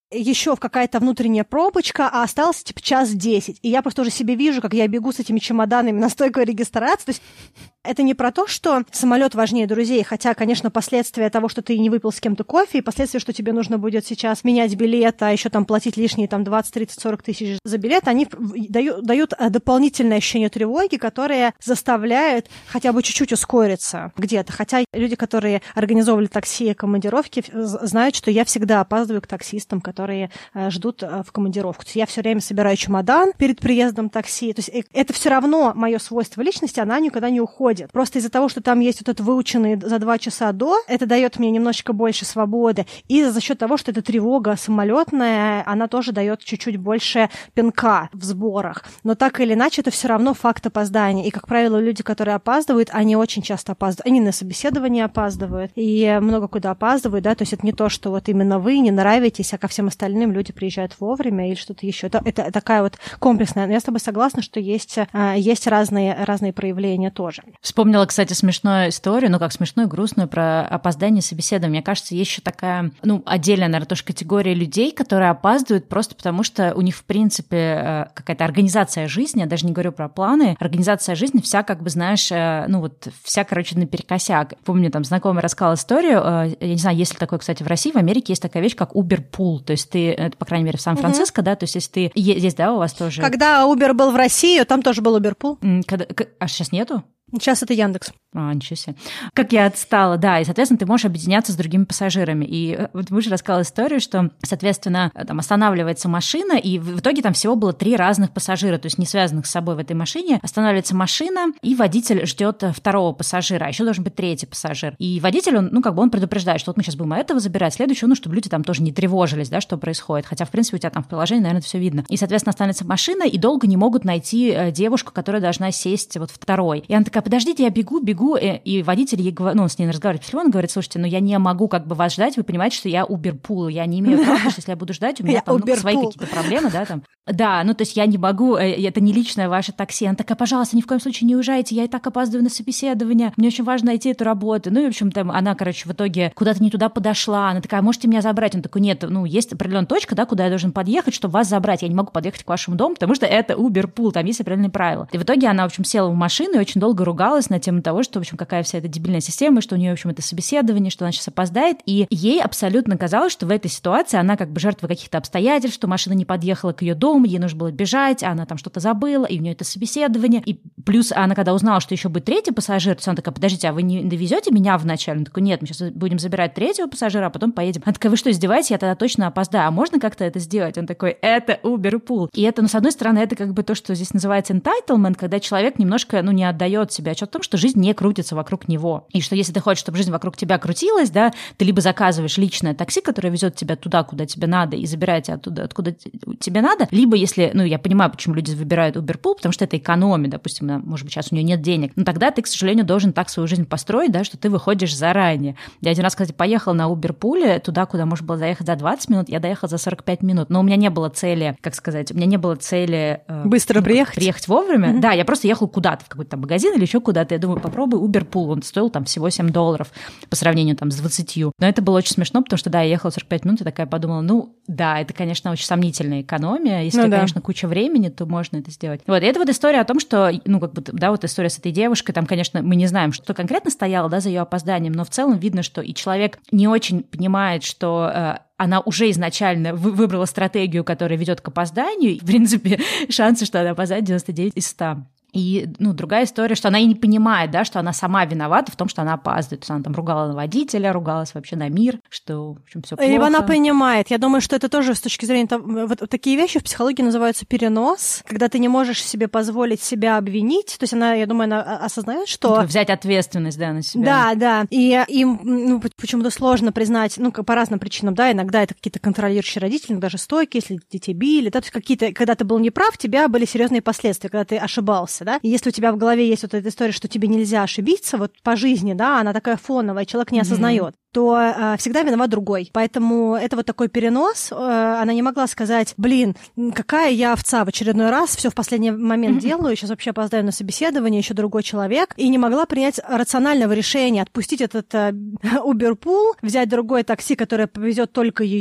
еще какая-то внутренняя пробочка, а осталось типа час десять. И я просто уже себе вижу, как я бегу с этими чемоданами на стойку регистрации. То есть это не про то, что самолет важнее друзей, хотя, конечно, последствия того, что ты не выпил с кем-то кофе, и последствия, что тебе нужно будет сейчас менять билет, а еще там платить лишние там двадцать, тридцать, сорок тысяч за билет, они дают, дают дополнительное ощущение тревоги, которое заставляет хотя бы чуть-чуть ускориться где-то. Хотя люди, которые организовывали такси и командировки, знают, что я всегда опаздываю к таксистам, которые ждут в командировку. То есть я все время собираю чемодан перед приездом такси. То есть это все равно мое свойство личности, она никогда не уходит. Просто из-за того, что там есть вот этот выученный за два часа до, это дает мне немножечко больше свободы. И за счет того, что эта тревога самолетная, она тоже дает чуть-чуть больше пинка в сборах. Но так или иначе, это все равно факт опоздания. И, как правило, люди, которые опаздывают, они очень часто опаздывают. Они на собеседование опаздывают и много куда опаздывают, да, то есть это не то, что вот именно вы не нравитесь, а ко всем остальным люди приезжают вовремя или что-то еще. Это, это такая вот комплексная. Но я с тобой согласна, что есть, есть разные, разные проявления тоже. Вспомнила, кстати, смешную историю, ну как смешную, грустную, про опоздание собеседования. Мне кажется, есть еще такая, ну, отдельная, наверное, тоже категория людей, которые опаздывают просто потому, что у них, в принципе, какая-то организация жизни, я даже не говорю про планы, организация жизни вся, как бы, знаешь, ну вот вся, короче, наперекосяк. Помню, там, знакомый рассказал историю, я не знаю, есть ли такое, кстати, в России, в Америке есть такая вещь, как Uber Pool, то есть ты, это, по крайней мере, в Сан-Франциско, mm-hmm. да, то есть если ты... Здесь, да, у вас тоже... Когда Uber был в России, там тоже был Uber Pool. Когда... А сейчас нету? Сейчас это Яндекс. А, ничего себе. Как я отстала, да, и, соответственно, ты можешь объединяться с другими пассажирами. И вот муж рассказал историю, что, соответственно, там останавливается машина, и в итоге там всего было три разных пассажира, то есть не связанных с собой в этой машине. Останавливается машина, и водитель ждет второго пассажира, а еще должен быть третий пассажир. И водитель, он, ну, как бы он предупреждает, что вот мы сейчас будем этого забирать, следующего, ну, чтобы люди там тоже не тревожились, да, что происходит. Хотя, в принципе, у тебя там в приложении, наверное, это все видно. И, соответственно, останется машина, и долго не могут найти девушку, которая должна сесть вот второй. И она такая: подождите, я бегу, бегу, и водитель ей говорит, ну, он с ней разговаривает по телефону, говорит: слушайте, ну, я не могу как бы вас ждать, вы понимаете, что я Uber-пул, я не имею права, потому что если я буду ждать, у меня там ну, свои какие-то проблемы, да, там. Да, ну, то есть я не могу, это не личное ваше такси. Она такая: пожалуйста, ни в коем случае не уезжайте, я и так опаздываю на собеседование, мне очень важно найти эту работу. Ну, и, в общем, там она, короче, в итоге куда-то не туда подошла, она такая: можете меня забрать? Он такой: нет, ну, есть определенная точка, да, куда я должен подъехать, чтобы вас забрать, я не могу подъехать к вашему дому, потому что это Uber-пул, там есть определенные правила. И в итоге она, в общем, села в машину и очень долго ругалась на тему того, что, в общем, какая вся эта дебильная система, что у нее, в общем, это собеседование, что она сейчас опоздает, и ей абсолютно казалось, что в этой ситуации она как бы жертва каких-то обстоятельств, что машина не подъехала к ее дому, ей нужно было бежать, а она там что-то забыла, и у нее это собеседование, и плюс она, когда узнала, что еще будет третий пассажир, то она такая: подождите, а вы не довезете меня вначале? Он такой: нет, мы сейчас будем забирать третьего пассажира, а потом поедем. Она такая: вы что, издеваетесь? Я тогда точно опоздаю, а можно как-то это сделать? Он такой: это Uber-пул. И это, ну, с одной стороны, это как бы то, что здесь называется entitlement, когда человек немножко, ну, не отдает себе отчет о том, что жизнь не крутится вокруг него. И что если ты хочешь, чтобы жизнь вокруг тебя крутилась, да, ты либо заказываешь личное такси, которое везет тебя туда, куда тебе надо, и забирает тебя оттуда, откуда тебе надо, либо если, ну, я понимаю, почему люди выбирают Uber-пул, потому что это экономия, допустим, может быть, сейчас у нее нет денег, но тогда ты, к сожалению, должен так свою жизнь построить, да, что ты выходишь заранее. Я один раз, кстати, поехала на Uber-пуле туда, куда можно было заехать за двадцать минут, я доехала за сорок пять минут, но у меня не было цели, как сказать, у меня не было цели... Э, Быстро ну, приехать? Приехать вовремя. Mm-hmm. Да, я просто ехала куда-то, в какой-то там магазин или еще куда-то, я думаю, попробуй Uber-пул, он стоил там всего семь долларов по сравнению там с двадцатью. Но это было очень смешно, потому что, да, я ехала сорок пять минут и такая подумала: ну, да, это, конечно, очень сомнительная экономия. Если, ну, да. конечно, куча времени, то можно это сделать. Вот, и это вот история о том, что, ну, как бы, да, вот история с этой девушкой, там, конечно, мы не знаем, что конкретно стояло, да, за ее опозданием, но в целом видно, что и человек не очень понимает, что... Э, она уже изначально выбрала стратегию, которая ведет к опозданию, и, в принципе, шансы, что она опоздает, девяносто девять из ста. И, ну, другая история, что она и не понимает, да, что она сама виновата в том, что она опаздывает. То есть она там ругала на водителя, ругалась вообще на мир, что, в общем, все плохо. Либо она понимает. Я думаю, что это тоже с точки зрения... Вот такие вещи в психологии называются перенос, когда ты не можешь себе позволить себя обвинить. То есть она, я думаю, она осознает, что... Взять ответственность, да, на себя. Да, да. И им, ну, почему-то сложно признать, ну, по разным причинам, да, иногда это какие-то контролирующие родители, иногда жестокие, если детей били, да, то есть какие-то... Когда ты был неправ, у тебя были серьезные последствия, когда ты ошибался. Да? И если у тебя в голове есть вот эта история, что тебе нельзя ошибиться, вот по жизни, да, она такая фоновая, человек не осознает, mm-hmm. то э, всегда виноват другой. Поэтому это вот такой перенос. Э, она не могла сказать: блин, какая я овца, в очередной раз все в последний момент mm-hmm. делаю, сейчас вообще опоздаю на собеседование, еще другой человек. И не могла принять рационального решения, отпустить этот э, Uber-пул, взять другое такси, которое повезет только ее,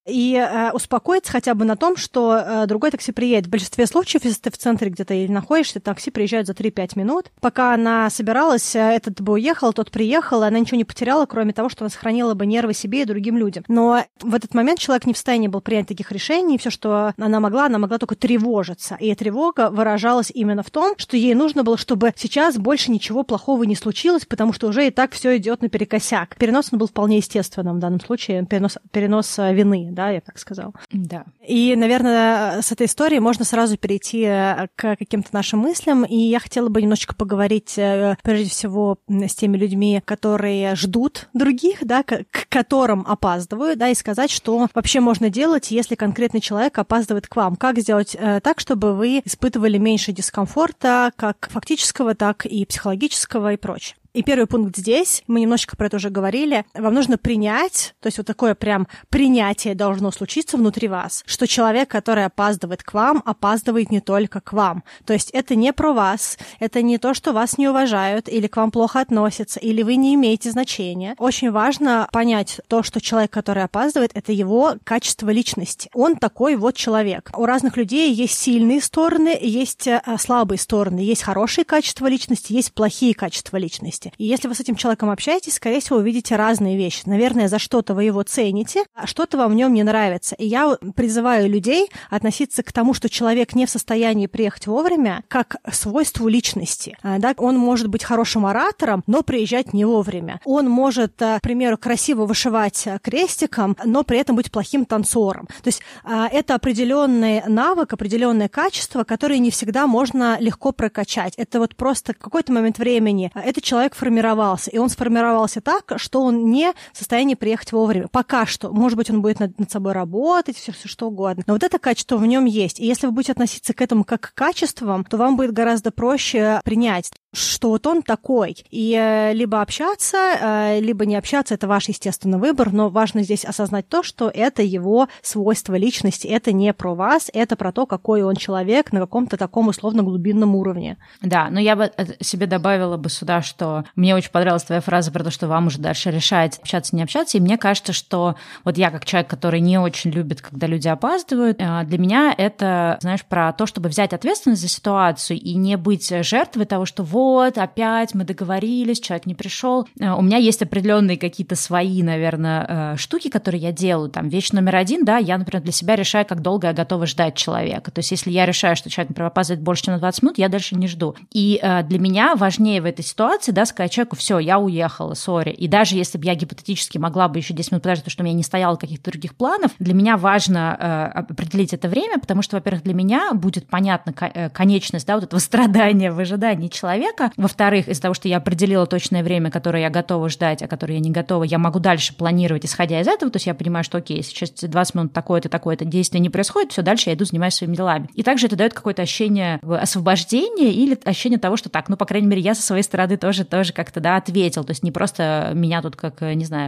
и э, успокоиться хотя бы на том, что э, другой такси приедет. В большинстве случаев, если ты в центре где-то или находишься, такси приезжает за три-пять минут. Пока она собиралась, этот бы уехал, тот приехал, и она ничего не потеряла, кроме того, что она сохранила бы нервы себе и другим людям. Но в этот момент человек не в состоянии был принять таких решений, и все, что она могла, она могла только тревожиться. И тревога выражалась именно в том, что ей нужно было, чтобы сейчас больше ничего плохого не случилось, потому что уже и так все идет наперекосяк. Перенос он был вполне естественным в данном случае, перенос, перенос вины, да, я так сказала. Да. И, наверное, с этой историей можно сразу перейти к каким-то нашим мыслям, и я хотела бы немножечко поговорить, прежде всего, с теми людьми, которые ждут других, да, к которым опаздывают, да, и сказать, что вообще можно делать, если конкретный человек опаздывает к вам. Как сделать так, чтобы вы испытывали меньше дискомфорта, как фактического, так и психологического и прочее. И первый пункт здесь, мы немножечко про это уже говорили, вам нужно принять, то есть вот такое прям принятие должно случиться внутри вас, что человек, который опаздывает к вам, опаздывает не только к вам. То есть это не про вас, это не то, что вас не уважают или к вам плохо относятся, или вы не имеете значения. Очень важно понять то, что человек, который опаздывает, это его качество личности. Он такой вот человек. У разных людей есть сильные стороны, есть слабые стороны, есть хорошие качества личности, есть плохие качества личности. И если вы с этим человеком общаетесь, скорее всего, увидите разные вещи. Наверное, за что-то вы его цените, а что-то вам в нем не нравится. И я призываю людей относиться к тому, что человек не в состоянии приехать вовремя, как к свойству личности. Да? Он может быть хорошим оратором, но приезжать не вовремя. Он может, к примеру, красиво вышивать крестиком, но при этом быть плохим танцором. То есть это определенный навык, определенное качество, которое не всегда можно легко прокачать. Это вот просто в какой-то момент времени этот человек формировался, и он сформировался так, что он не в состоянии приехать вовремя. Пока что. Может быть, он будет над, над собой работать, все, все что угодно. Но вот это качество в нем есть. И если вы будете относиться к этому как к качествам, то вам будет гораздо проще принять, что вот он такой. И э, либо общаться, э, либо не общаться, это ваш естественный выбор, но важно здесь осознать то, что это его свойство личности, это не про вас, это про то, какой он человек на каком-то таком условно-глубинном уровне. Да, но я бы себе добавила бы сюда, что мне очень понравилась твоя фраза про то, что вам уже дальше решать, общаться, не общаться, и мне кажется, что вот я как человек, который не очень любит, когда люди опаздывают, для меня это, знаешь, про то, чтобы взять ответственность за ситуацию и не быть жертвой того, что вот, опять мы договорились, человек не пришел. У меня есть определенные какие-то свои, наверное, штуки, которые я делаю. Там вещь номер один, да, я, например, для себя решаю, как долго я готова ждать человека. То есть если я решаю, что человек, например, опаздывает больше, чем на двадцать минут, я дальше не жду. И для меня важнее в этой ситуации, да, сказать человеку: все, я уехала, сори. И даже если бы я гипотетически могла бы еще десять минут подождать, потому что у меня не стояло каких-то других планов, для меня важно э, определить это время, потому что, во-первых, для меня будет понятна конечность, да, вот этого страдания в ожидании человека. Во-вторых, из-за того, что я определила точное время, которое я готова ждать, а которое я не готова, я могу дальше планировать, исходя из этого. То есть я понимаю, что окей, если через двадцать минут такое-то, такое-то действие не происходит, все, дальше я иду, занимаюсь своими делами. И также это дает какое-то ощущение освобождения или ощущение того, что так, ну, по крайней мере, я со своей стороны тоже, тоже как-то, да, ответил. То есть не просто меня тут, как, не знаю,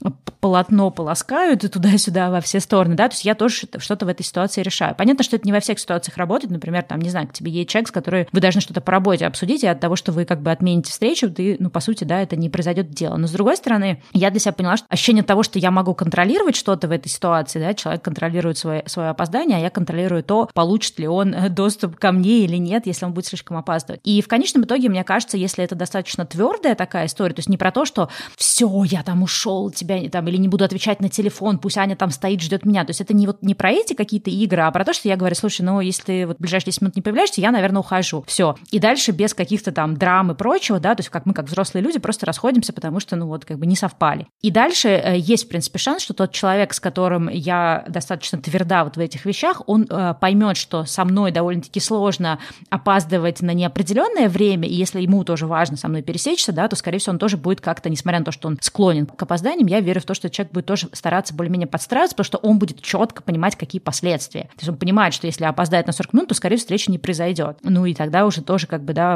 полотно полоскают и туда-сюда во все стороны, да, то есть я тоже что-то в этой ситуации решаю. Понятно, что это не во всех ситуациях работает, например, там, не знаю, к тебе едет человек, с которым вы должны что-то по работе обсудить, и от того, что вы как бы отмените встречу, ты, ну, по сути, да, это не произойдет дело. Но, с другой стороны, я для себя поняла, что ощущение того, что я могу контролировать что-то в этой ситуации, да, человек контролирует свое, свое опоздание, а я контролирую то, получит ли он доступ ко мне или нет, если он будет слишком опаздывать. И в конечном итоге, мне кажется, если это достаточно твердая такая история, то есть не про то, что все, я там ушел, тебя там, или не буду отвечать на телефон, пусть Аня там стоит, ждет меня. То есть это не, вот, не про эти какие-то игры, а про то, что я говорю: слушай, ну, если ты вот в ближайшие десять минут не появляешься, я, наверное, ухожу. Все. И дальше без каких-то там драм и прочего, да, то есть как мы, как взрослые люди, просто расходимся, потому что, ну, вот, как бы не совпали. И дальше э, есть, в принципе, шанс, что тот человек, с которым я достаточно тверда вот в этих вещах, он э, поймет, что со мной довольно-таки сложно опаздывать на неопределенное время, и если ему тоже важно со мной пересечься, да, то, скорее всего, он тоже будет как-то, несмотря на то, что он склонен к опозданиям, я верю в то, что человек будет тоже стараться более-менее подстраиваться, потому что он будет четко понимать, какие последствия. То есть он понимает, что если опоздает на сорок минут, то, скорее всего, встреча не произойдет. Ну и тогда уже тоже, как бы, да, может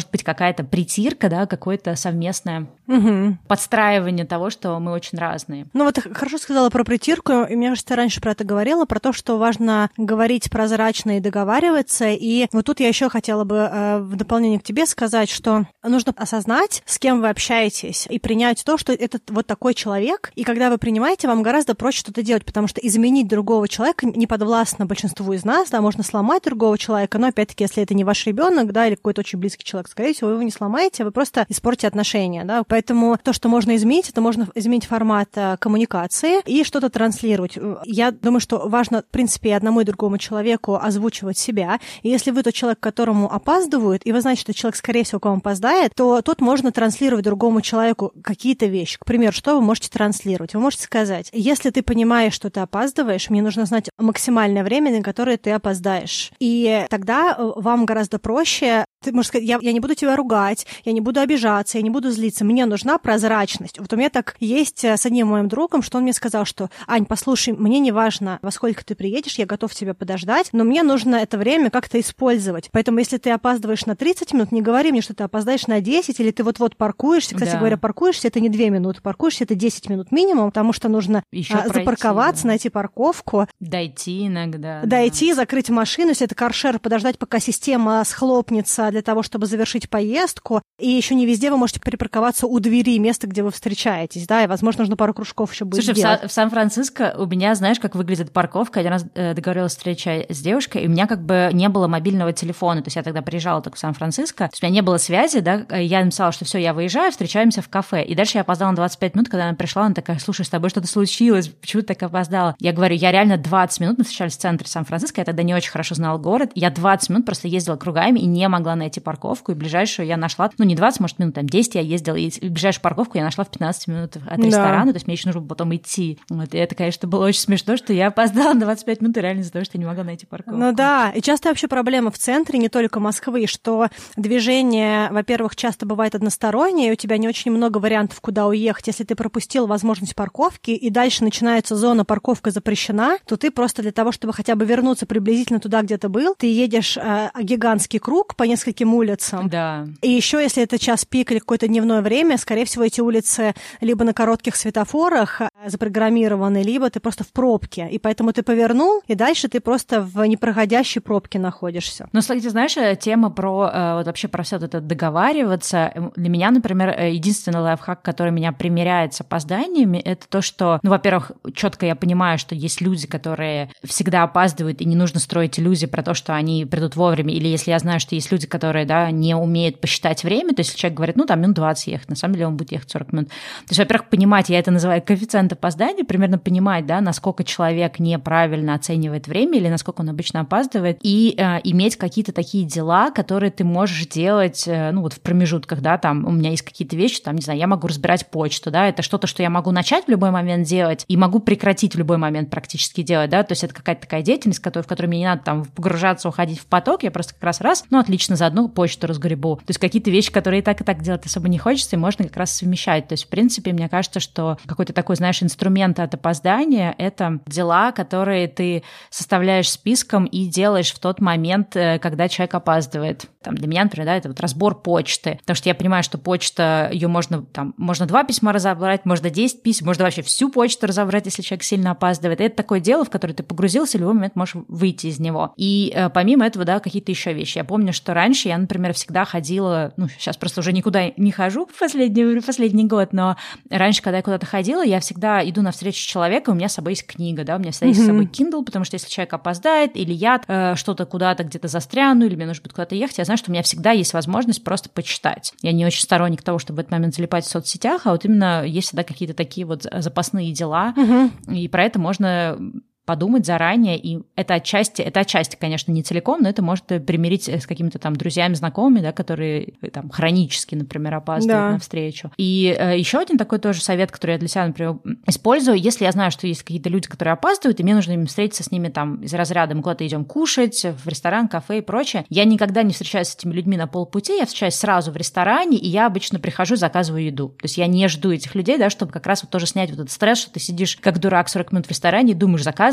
может быть какая-то притирка, да, какое-то совместное угу. подстраивание того, что мы очень разные. Ну вот хорошо сказала про притирку, и мне кажется, раньше про это говорила, про то, что важно говорить прозрачно и договариваться, и вот тут я еще хотела бы э, в дополнение к тебе сказать, что нужно осознать, с кем вы общаетесь, и принять то, что это вот такой человек, и когда вы принимаете, вам гораздо проще что-то делать, потому что изменить другого человека не подвластно большинству из нас, да, можно сломать другого человека, но опять-таки, если это не ваш ребенок, да, или какой-то очень близкий человек, скорее всего, вы его не сломаете, вы просто испортите отношения, да, поэтому то, что можно изменить, это можно изменить формат коммуникации и что-то транслировать. Я думаю, что важно, в принципе, и одному, и другому человеку озвучивать себя, и если вы тот человек, к которому опаздывают, и вы знаете, что человек, скорее всего, к вам опоздает, то тут можно транслировать другому человеку какие-то вещи. К примеру, что вы можете транслировать? Вы можете сказать, если ты понимаешь, что ты опаздываешь, мне нужно знать максимальное время, на которое ты опоздаешь. И тогда вам гораздо проще. Ты можешь сказать, я, я не буду тебя ругать, я не буду обижаться, я не буду злиться. Мне нужна прозрачность. Вот у меня так есть с одним моим другом, что он мне сказал, что, Ань, послушай, мне не важно, во сколько ты приедешь, я готов тебя подождать, но мне нужно это время как-то использовать. Поэтому если ты опаздываешь на тридцать минут, не говори мне, что ты опоздаешь на десять, или ты вот-вот паркуешься. Кстати да. говоря, паркуешься, это не две минуты, паркуешься, это десять минут минимум, потому что нужно а, пройти, запарковаться, да. найти парковку. Дойти иногда. Дойти, да. закрыть машину, если это каршер, подождать, пока система схлопнется для того, чтобы завершить поездку. И еще не везде вы можете припарковаться у двери, места, где вы встречаетесь, да, и, возможно, нужно пару кружков еще будет Слушай, сделать. в, Сан- в Сан-Франциско у меня, знаешь, как выглядит парковка. Один раз э, договорилась встреча с девушкой, и у меня как бы не было мобильного телефона, то есть я тогда приезжала только в Сан-Франциско, то есть у меня не было связи, да, я написала, что все, я выезжаю, встречаемся в кафе. И дальше я опоздала на двадцать пять минут, когда она пришла, она такая, слушай, с тобой что-то случилось, почему ты так опоздала? Я говорю, я реально двадцать минут, мы встречались в центре Сан-Франциско, я тогда не очень хорошо знала город, я двадцать минут просто ездила кругами и не могла найти парковку, и ближайшую я нашла, ну не двадцать, может, минут там десять я ездила, и ближайшую парковку я нашла в пятнадцати минутах от ресторана, да. То есть мне еще нужно было потом идти. Вот, и это, конечно, было очень смешно, что я опоздала на двадцать пять минут реально из-за того, что я не могла найти парковку. Ну да, и часто вообще проблема в центре, не только Москвы, что движение, во-первых, часто бывает одностороннее, и у тебя не очень много вариантов, куда уехать. Если ты пропустил возможность парковки, и дальше начинается зона «парковка запрещена», то ты просто для того, чтобы хотя бы вернуться приблизительно туда, где ты был, ты едешь э, гигантский круг по нескольким улицам. Да. И еще, если это час пик или какое-то дневное время, скорее всего, эти улицы либо на коротких светофорах запрограммированы, либо ты просто в пробке. И поэтому ты повернул, и дальше ты просто в непроходящей пробке находишься. Ну, кстати, знаешь, тема про э, вот вообще про все это договариваться. Для меня, например, единственный лайфхак, который меня примиряет с опозданиями, это то, что, ну, во-первых, четко я понимаю, что есть люди, которые всегда опаздывают, и не нужно строить иллюзии про то, что они придут вовремя. Или если я знаю, что есть люди, которые, да, не умеют посчитать время, то есть если человек говорит, ну, там минут двадцать ехать, на самом деле он будет ехать сорок минут. То есть, во-первых, понимать, я это называю коэффициент опоздания, примерно понимать, да, насколько человек неправильно оценивает время или насколько он обычно опаздывает, и э, иметь какие-то такие дела, которые ты можешь делать, э, ну, вот в промежутках, да, там у меня есть какие-то вещи, там, не знаю, я могу разбирать почту, да, это что-то, что я могу начать в любой момент делать и могу прекратить в любой момент практически делать, да, то есть это какая-то такая деятельность, в которой мне не надо там погружаться, уходить в поток, я просто как раз раз, ну, отлично, заодно почту разгребу. То есть какие-то вещи, которые и так, и так делать особо не хочется, и можно как раз совмещать. То есть, в принципе, мне кажется, что какой-то такой, знаешь, инструмент от опоздания — это дела, которые ты составляешь списком и делаешь в тот момент, когда человек опаздывает. Там для меня, например, да, это вот разбор почты, потому что я понимаю, что почта, ее можно, там, можно два письма разобрать, можно десять писем, можно вообще всю почту разобрать, если человек сильно опаздывает. И это такое дело, в которое ты погрузился, в любой момент можешь выйти из него. И э, помимо этого, да, какие-то еще вещи. Я помню, что раньше я, например, всегда ходила, ну, сейчас просто уже никуда не хожу в последний, последний год, но раньше, когда я куда-то ходила, я всегда иду на встречу с человеком, у меня с собой есть книга, да, у меня всегда есть mm-hmm. с собой Kindle, потому что если человек опоздает, или я э, что-то куда-то где-то застряну, или мне нужно будет куда-то ехать, я знаю, что у меня всегда есть возможность просто почитать. Я не очень сторонник того, чтобы в этот момент залипать в соцсетях, а вот именно есть всегда какие-то такие вот запасные дела, mm-hmm. и про это можно подумать заранее, и это отчасти, это отчасти, конечно, не целиком, но это может примирить с какими-то там друзьями, знакомыми, да, которые там хронически, например, опаздывают да. на встречу. И э, еще один такой тоже совет, который я для себя, например, использую, если я знаю, что есть какие-то люди, которые опаздывают, и мне нужно им встретиться с ними там из разряда, мы куда-то идем кушать, в ресторан, кафе и прочее, я никогда не встречаюсь с этими людьми на полпути, я встречаюсь сразу в ресторане, и я обычно прихожу, заказываю еду. То есть я не жду этих людей, да, чтобы как раз вот тоже снять вот этот стресс, что ты сидишь как дурак сорок минут в ресторане и думаешь, заказывать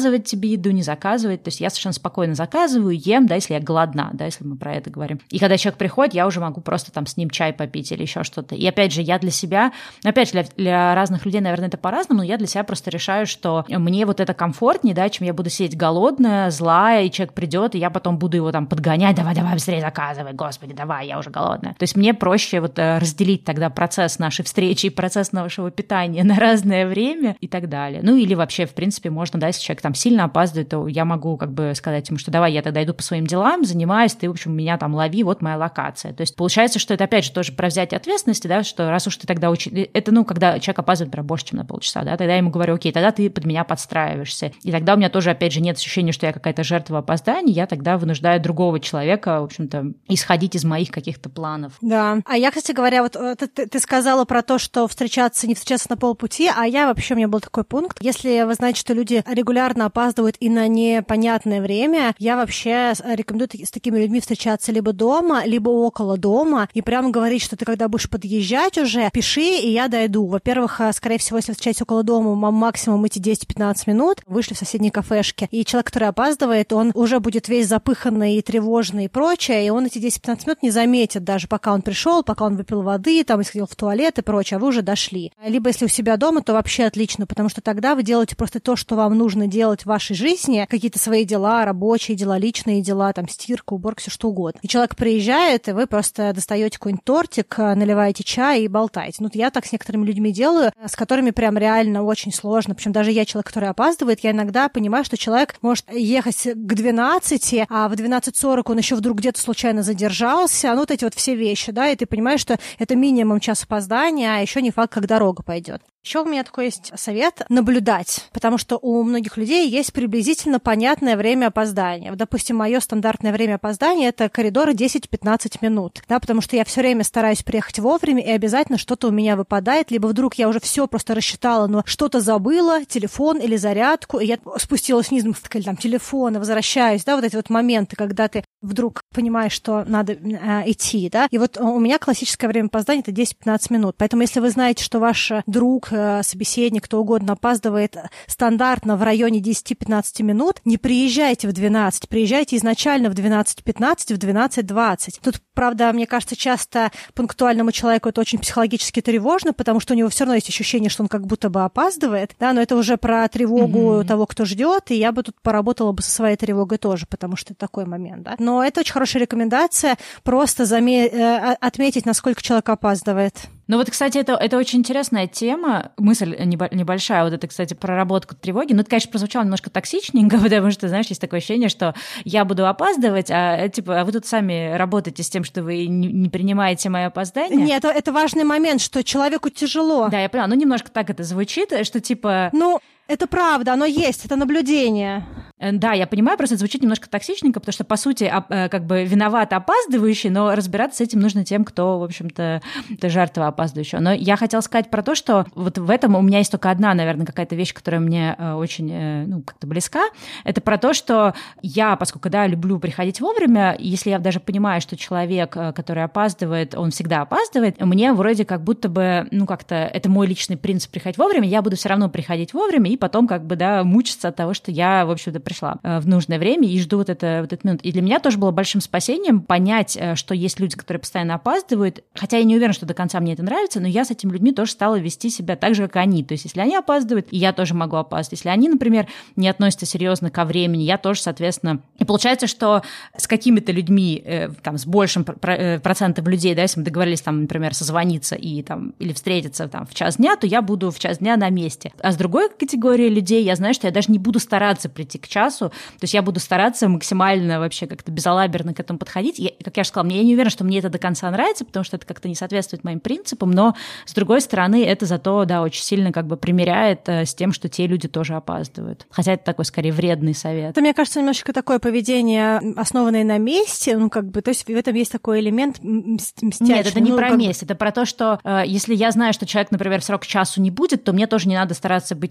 заказывать тебе еду, не заказывать. То есть я совершенно спокойно заказываю, ем, да, если я голодна, да, если мы про это говорим. И когда человек приходит, я уже могу просто там с ним чай попить или еще что-то. И опять же, я для себя, опять же, для, для разных людей, наверное, это по-разному, но я для себя просто решаю, что мне вот это комфортнее, да, чем я буду сидеть голодная, злая, и человек придет, и я потом буду его там подгонять, давай, давай, быстрее заказывай, господи, давай, я уже голодная. То есть мне проще вот разделить тогда процесс нашей встречи и процесс нашего питания на разное время и так далее. Ну или вообще, в принципе, можно, да, если человек там сильно опаздывает, то я могу как бы сказать ему, что давай, я тогда иду по своим делам, занимаюсь, ты, в общем, меня там лови, вот моя локация. То есть получается, что это опять же тоже про взятие ответственности, да, что раз уж ты тогда очень... Это, ну, когда человек опаздывает, например, больше, чем на полчаса, да, тогда я ему говорю, окей, тогда ты под меня подстраиваешься. И тогда у меня тоже, опять же, нет ощущения, что я какая-то жертва опозданий, я тогда вынуждаю другого человека, в общем-то, исходить из моих каких-то планов. Да. А я, кстати говоря, вот ты, ты сказала про то, что встречаться, не встречаться на полпути, а я вообще, у меня был такой пункт. Если вы знаете, что люди регулярно опаздывают и на непонятное время, я вообще рекомендую с такими людьми встречаться либо дома, либо около дома, и прямо говорить, что ты когда будешь подъезжать уже, пиши, и я дойду. Во-первых, скорее всего, если встречаетесь около дома, максимум эти десять-пятнадцать минут, вышли в соседней кафешке, и человек, который опаздывает, он уже будет весь запыханный и тревожный и прочее, и он эти десять-пятнадцать минут не заметит даже, пока он пришел, пока он выпил воды, там, сходил в туалет и прочее, а вы уже дошли. Либо если у себя дома, то вообще отлично, потому что тогда вы делаете просто то, что вам нужно делать в вашей жизни, какие-то свои дела, рабочие дела, личные дела, там, стирка, уборка, все что угодно. И человек приезжает, и вы просто достаете какой-нибудь тортик, наливаете чай и болтаете. Ну, я так с некоторыми людьми делаю, с которыми прям реально очень сложно. Причем даже я, человек, который опаздывает, я иногда понимаю, что человек может ехать к двенадцати, а в двенадцать сорок он еще вдруг где-то случайно задержался. Ну, вот эти вот все вещи, да, и ты понимаешь, что это минимум час опоздания, а еще не факт, как дорога пойдет. Еще у меня такой есть совет — наблюдать, потому что у многих людей есть приблизительно понятное время опоздания. Допустим, мое стандартное время опоздания — это коридоры десять-пятнадцать минут, да, потому что я все время стараюсь приехать вовремя, и обязательно что-то у меня выпадает, либо вдруг я уже все просто рассчитала, но что-то забыла, телефон или зарядку, и я спустилась вниз, такая, там, телефон, и возвращаюсь, да, вот эти вот моменты, когда ты вдруг понимаешь, что надо э, идти, да, и вот у меня классическое время опоздания — это десять-пятнадцать минут, поэтому если вы знаете, что ваш друг, собеседник, кто угодно опаздывает стандартно в районе десять-пятнадцать минут, не приезжайте в двенадцать, приезжайте изначально в двенадцать пятнадцать, в двенадцать двадцать. Тут, правда, мне кажется, часто пунктуальному человеку это очень психологически тревожно, потому что у него все равно есть ощущение, что он как будто бы опаздывает, да, но это уже про тревогу mm-hmm. того, кто ждет, и я бы тут поработала бы со своей тревогой тоже, потому что это такой момент, да. Но это очень хорошая рекомендация, просто заме- отметить, насколько человек опаздывает. Ну вот, кстати, это, это очень интересная тема, мысль небольшая, вот это, кстати, проработка тревоги. Ну, это, конечно, прозвучало немножко токсичненько, потому что, знаешь, есть такое ощущение, что я буду опаздывать, а, типа, а вы тут сами работаете с тем, что вы не, не принимаете мои опоздания. Нет, это, это важный момент, что человеку тяжело. Да, я поняла, ну, немножко так это звучит, что, типа... Ну... Это правда, оно есть, это наблюдение. Да, я понимаю, просто это звучит немножко токсичненько, потому что, по сути, как бы виноват опаздывающий, но разбираться с этим нужно тем, кто, в общем-то, жертва опаздывающего. Но я хотела сказать про то, что вот в этом у меня есть только одна, наверное, какая-то вещь, которая мне очень, ну, как-то близка. Это про то, что я, поскольку, да, люблю приходить вовремя, если я даже понимаю, что человек, который опаздывает, он всегда опаздывает, мне вроде как будто бы, ну, как-то это мой личный принцип приходить вовремя, я буду все равно приходить вовремя, и потом как бы, да, мучиться от того, что я, в общем-то, пришла в нужное время и жду вот, это, вот этот минут. И для меня тоже было большим спасением понять, что есть люди, которые постоянно опаздывают, хотя я не уверена, что до конца мне это нравится, но я с этими людьми тоже стала вести себя так же, как они. То есть если они опаздывают, и я тоже могу опаздывать. Если они, например, не относятся серьезно ко времени, я тоже, соответственно... И получается, что с какими-то людьми, там, с большим процентом людей, да, если мы договорились, там, например, созвониться и, там, или встретиться там, в час дня, то я буду в час дня на месте. А с другой категорией людей, я знаю, что я даже не буду стараться прийти к часу, то есть я буду стараться максимально вообще как-то безалаберно к этому подходить. Я, как я же сказала, я не уверена, что мне это до конца нравится, потому что это как-то не соответствует моим принципам, но, с другой стороны, это зато, да, очень сильно как бы примиряет с тем, что те люди тоже опаздывают. Хотя это такой, скорее, вредный совет. Это, мне кажется, немножечко такое поведение, основанное на месте, ну, как бы, то есть в этом есть такой элемент мстячный. Нет, это не ну, про как... месть, это про то, что э, если я знаю, что человек, например, в срок к часу не будет, то мне тоже не надо стараться быть к часу,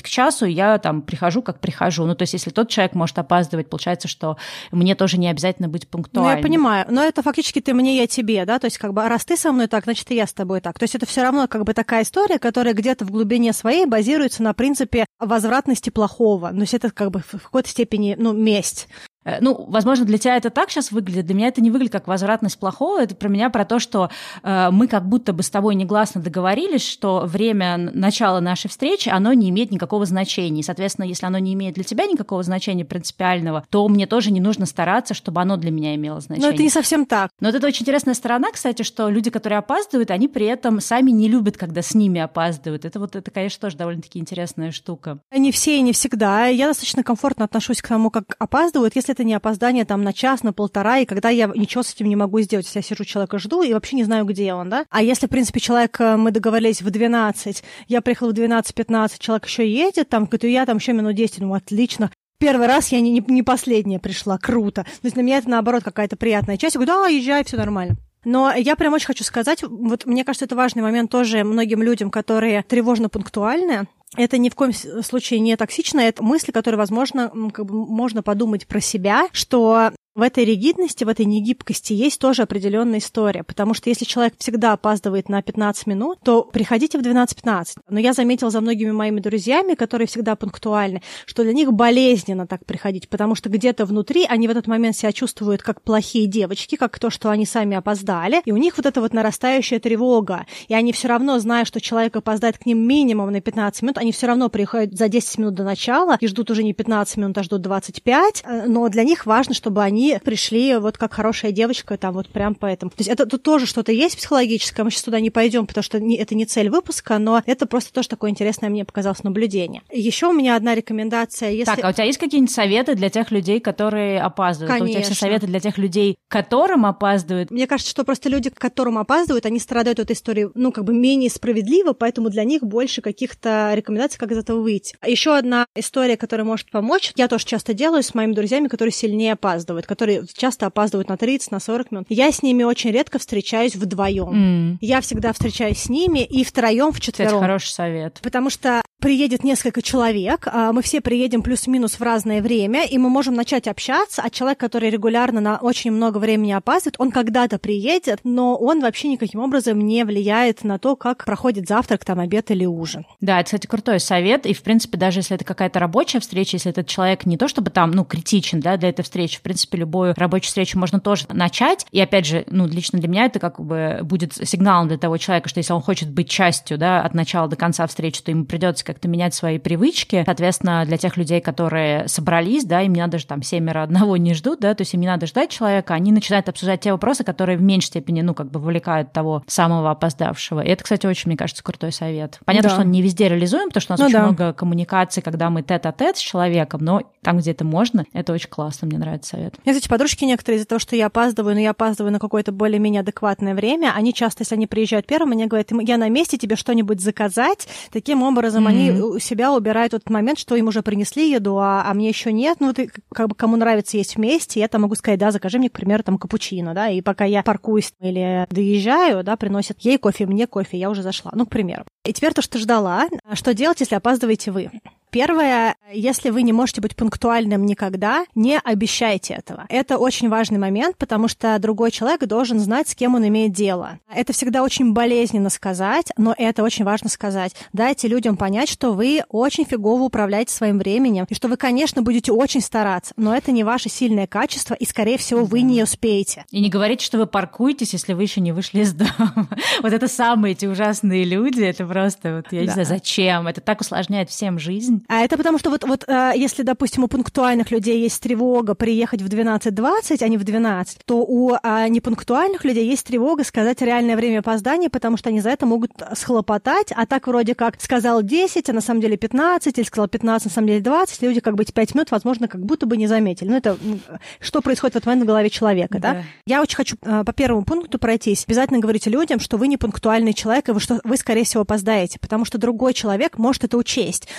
ситуацию, я там прихожу, как прихожу. Ну, то есть если тот человек может опаздывать, получается, что мне тоже не обязательно быть пунктуальным. Ну, я понимаю, но это фактически ты мне, я тебе, да, то есть как бы раз ты со мной так, значит, и я с тобой так. То есть это все равно как бы такая история, которая где-то в глубине своей базируется на принципе возвратности плохого. То есть это как бы в какой-то степени, ну, месть. Ну, возможно, для тебя это так сейчас выглядит, для меня это не выглядит как возвратность плохого, это про меня про то, что э, мы как будто бы с тобой негласно договорились, что время начала нашей встречи, оно не имеет никакого значения, и, соответственно, если оно не имеет для тебя никакого значения принципиального, то мне тоже не нужно стараться, чтобы оно для меня имело значение. Но это не совсем так. Но вот это очень интересная сторона, кстати, что люди, которые опаздывают, они при этом сами не любят, когда с ними опаздывают. Это вот, это, конечно, тоже довольно-таки интересная штука. Не все и не всегда. Я достаточно комфортно отношусь к тому, как опаздывают, если это не опоздание там на час, на полтора, и когда я ничего с этим не могу сделать. Если я сижу, человека жду и вообще не знаю, где он, да? А если, в принципе, человек, мы договорились в двенадцать, я приехала в двенадцать пятнадцать, человек еще едет, там, говорит, я там еще минут десять, ну, отлично. Первый раз я не, не, не последняя пришла, круто. То есть для меня это, наоборот, какая-то приятная часть. Я говорю, да, езжай, все нормально. Но я прям очень хочу сказать, вот мне кажется, это важный момент тоже многим людям, которые тревожно-пунктуальны. Это ни в коем случае не токсично, это мысли, которые, возможно, как бы можно подумать про себя, что в этой ригидности, в этой негибкости есть тоже определенная история, потому что если человек всегда опаздывает на пятнадцать минут, то приходите в двенадцать пятнадцать. Но я заметила за многими моими друзьями, которые всегда пунктуальны, что для них болезненно так приходить, потому что где-то внутри они в этот момент себя чувствуют как плохие девочки, как то, что они сами опоздали, и у них вот эта вот нарастающая тревога, и они все равно, зная, что человек опоздает к ним минимум на пятнадцать минут, они все равно приходят за десять минут до начала и ждут уже не пятнадцать минут, а ждут двадцать пять, но для них важно, чтобы они пришли вот как хорошая девочка, там вот прям поэтому. То есть это тут тоже что-то есть психологическое, мы сейчас туда не пойдем, потому что не, это не цель выпуска, но это просто тоже такое интересное мне показалось наблюдение. Еще у меня одна рекомендация. Если... Так, а у тебя есть какие-нибудь советы для тех людей, которые опаздывают? Конечно. У тебя все советы для тех людей, которым опаздывают? Мне кажется, что просто люди, которым опаздывают, они страдают от этой истории, ну, как бы менее справедливо, поэтому для них больше каких-то рекомендаций, как из этого выйти. Еще одна история, которая может помочь, я тоже часто делаю с моими друзьями, которые сильнее опаздывают, которые часто опаздывают на тридцать, на сорок минут. Я с ними очень редко встречаюсь вдвоем. Mm. Я всегда встречаюсь с ними и втроем, вчетвером. Это хороший совет. Потому что приедет несколько человек, мы все приедем плюс-минус в разное время, и мы можем начать общаться, а человек, который регулярно на очень много времени опаздывает, он когда-то приедет, но он вообще никаким образом не влияет на то, как проходит завтрак, там, обед или ужин. Да, это, кстати, крутой совет, и, в принципе, даже если это какая-то рабочая встреча, если этот человек не то чтобы там, ну, критичен, да, для этой встречи, в принципе, любую рабочую встречу можно тоже начать, и, опять же, ну, лично для меня это как бы будет сигналом для того человека, что если он хочет быть частью, да, от начала до конца встречи, то ему придется как-то менять свои привычки. Соответственно, для тех людей, которые собрались, да, им не надо же там семеро одного не ждут, да, то есть им не надо ждать человека, они начинают обсуждать те вопросы, которые в меньшей степени, ну, как бы вовлекают того самого опоздавшего. И это, кстати, очень, мне кажется, крутой совет. Понятно, да. что он не везде реализуем, потому что у нас ну, очень да. много коммуникаций, когда мы тет-а-тет с человеком, но там, где это можно, это очень классно, мне нравится совет. Я, кстати, подружки некоторые из-за того, что я опаздываю, но я опаздываю на какое-то более-менее адекватное время, они часто, если они приезжают первым, они говорят, я на месте, тебе что-нибудь заказать. Таким образом, mm-hmm. они у себя убирают тот момент, что им уже принесли еду, а, а мне еще нет. Ну, ты, как бы, кому нравится есть вместе, я там могу сказать, да, закажи мне, к примеру, там, капучино, да, и пока я паркуюсь или доезжаю, да, приносят ей кофе, мне кофе, я уже зашла, ну, к примеру. И теперь то, что ждала, что делать, если опаздываете вы? Первое, если вы не можете быть пунктуальным никогда, не обещайте этого. Это очень важный момент, потому что другой человек должен знать, с кем он имеет дело. Это всегда очень болезненно сказать, но это очень важно сказать. Дайте людям понять, что вы очень фигово управляете своим временем, и что вы, конечно, будете очень стараться, но это не ваше сильное качество, и, скорее всего, вы не успеете. И не говорите, что вы паркуетесь, если вы еще не вышли из дома. Вот это самые эти ужасные люди, это просто, вот я не знаю, зачем? Это так усложняет всем жизнь. А это потому что вот, вот если, допустим, у пунктуальных людей есть тревога приехать в двенадцать двадцать, а не в двенадцать, то у непунктуальных людей есть тревога сказать реальное время опоздания, потому что они за это могут схлопотать, а так вроде как сказал десять, а на самом деле пятнадцать, или сказал пятнадцать, на самом деле двадцать, люди как бы эти пять минут, возможно, как будто бы не заметили. Ну, это что происходит в этот момент в голове человека, да? да? Я очень хочу по первому пункту пройтись. Обязательно говорите людям, что вы не пунктуальный человек, и вы, что вы, скорее всего, опоздаете, потому что другой человек может это учесть. Он может